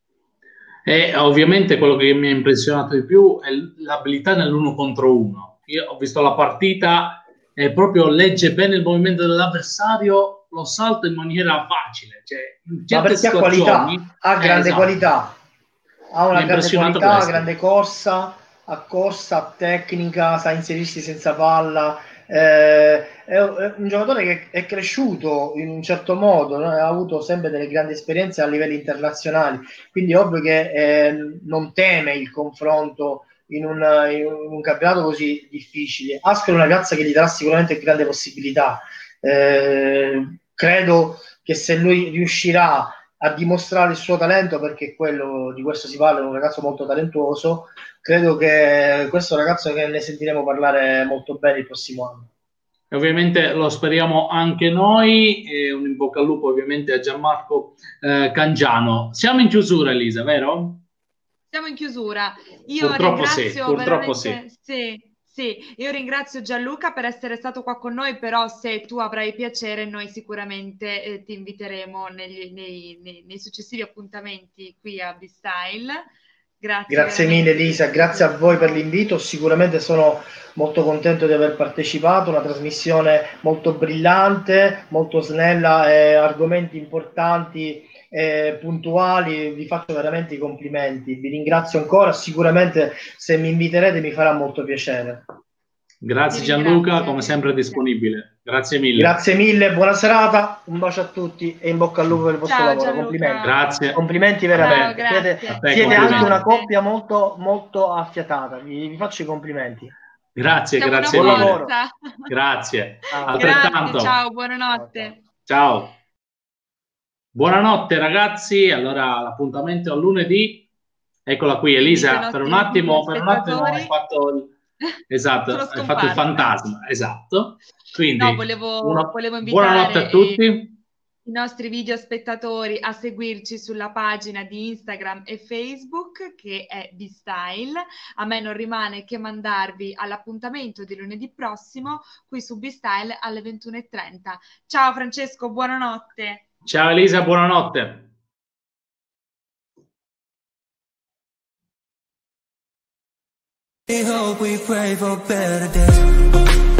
E ovviamente quello che mi ha impressionato di più è l'abilità nell'uno contro uno. Io ho visto la partita e proprio legge bene il movimento dell'avversario, lo salta in maniera facile. Cioè, in Ma perché ha qualità, ha grande eh, esatto. qualità, ha una grande qualità, questo. grande corsa, ha corsa, ha tecnica, sa inserirsi senza palla. Eh, è un giocatore che è cresciuto in un certo modo, no? Ha avuto sempre delle grandi esperienze a livelli internazionali, quindi è ovvio che eh, non teme il confronto in un, in un campionato così difficile. Ascoli è una piazza che gli darà sicuramente grande possibilità. Eh, credo che se lui riuscirà a dimostrare il suo talento, perché quello di questo si parla, è un ragazzo molto talentuoso, credo che questo è un ragazzo che ne sentiremo parlare molto bene il prossimo anno. E ovviamente lo speriamo anche noi, e un in bocca al lupo ovviamente a Gianmarco eh, Cangiano. Siamo in chiusura, Elisa, vero? Siamo in chiusura. Io purtroppo ringrazio sì, purtroppo sì. sì. Sì, io ringrazio Gianluca per essere stato qua con noi, però se tu avrai piacere noi sicuramente eh, ti inviteremo negli, nei, nei, nei successivi appuntamenti qui a B-Style. Grazie, grazie mille Elisa, grazie a voi per l'invito, sicuramente sono molto contento di aver partecipato, una trasmissione molto brillante, molto snella, eh, argomenti importanti, eh, puntuali, vi faccio veramente i complimenti, vi ringrazio ancora, sicuramente se mi inviterete mi farà molto piacere. Grazie Gianluca, come sempre disponibile. Grazie mille. Grazie mille, buona serata, un bacio a tutti e in bocca al lupo per il vostro Ciao, lavoro. Gianluca. Complimenti. Grazie. Complimenti veramente. Ciao, siete te, siete anche una coppia molto, molto affiatata. Vi, vi faccio i complimenti. Grazie, Siamo grazie mille. Buon lavoro. Grazie. Ciao. Altrettanto. Grazie, ciao, buonanotte. Ciao. Buonanotte ragazzi. Allora l'appuntamento è a lunedì. Eccola qui Elisa, per un attimo, per un attimo hai fatto il Esatto, hai fatto il fantasma, esatto. Quindi, no, volevo, una... volevo invitare buonanotte a tutti. I nostri video spettatori a seguirci sulla pagina di Instagram e Facebook che è B-Style. A me non rimane che mandarvi all'appuntamento di lunedì prossimo qui su B-Style alle ventuno e trenta. Ciao Francesco, buonanotte. Ciao Elisa, buonanotte. We hope, we pray for better days.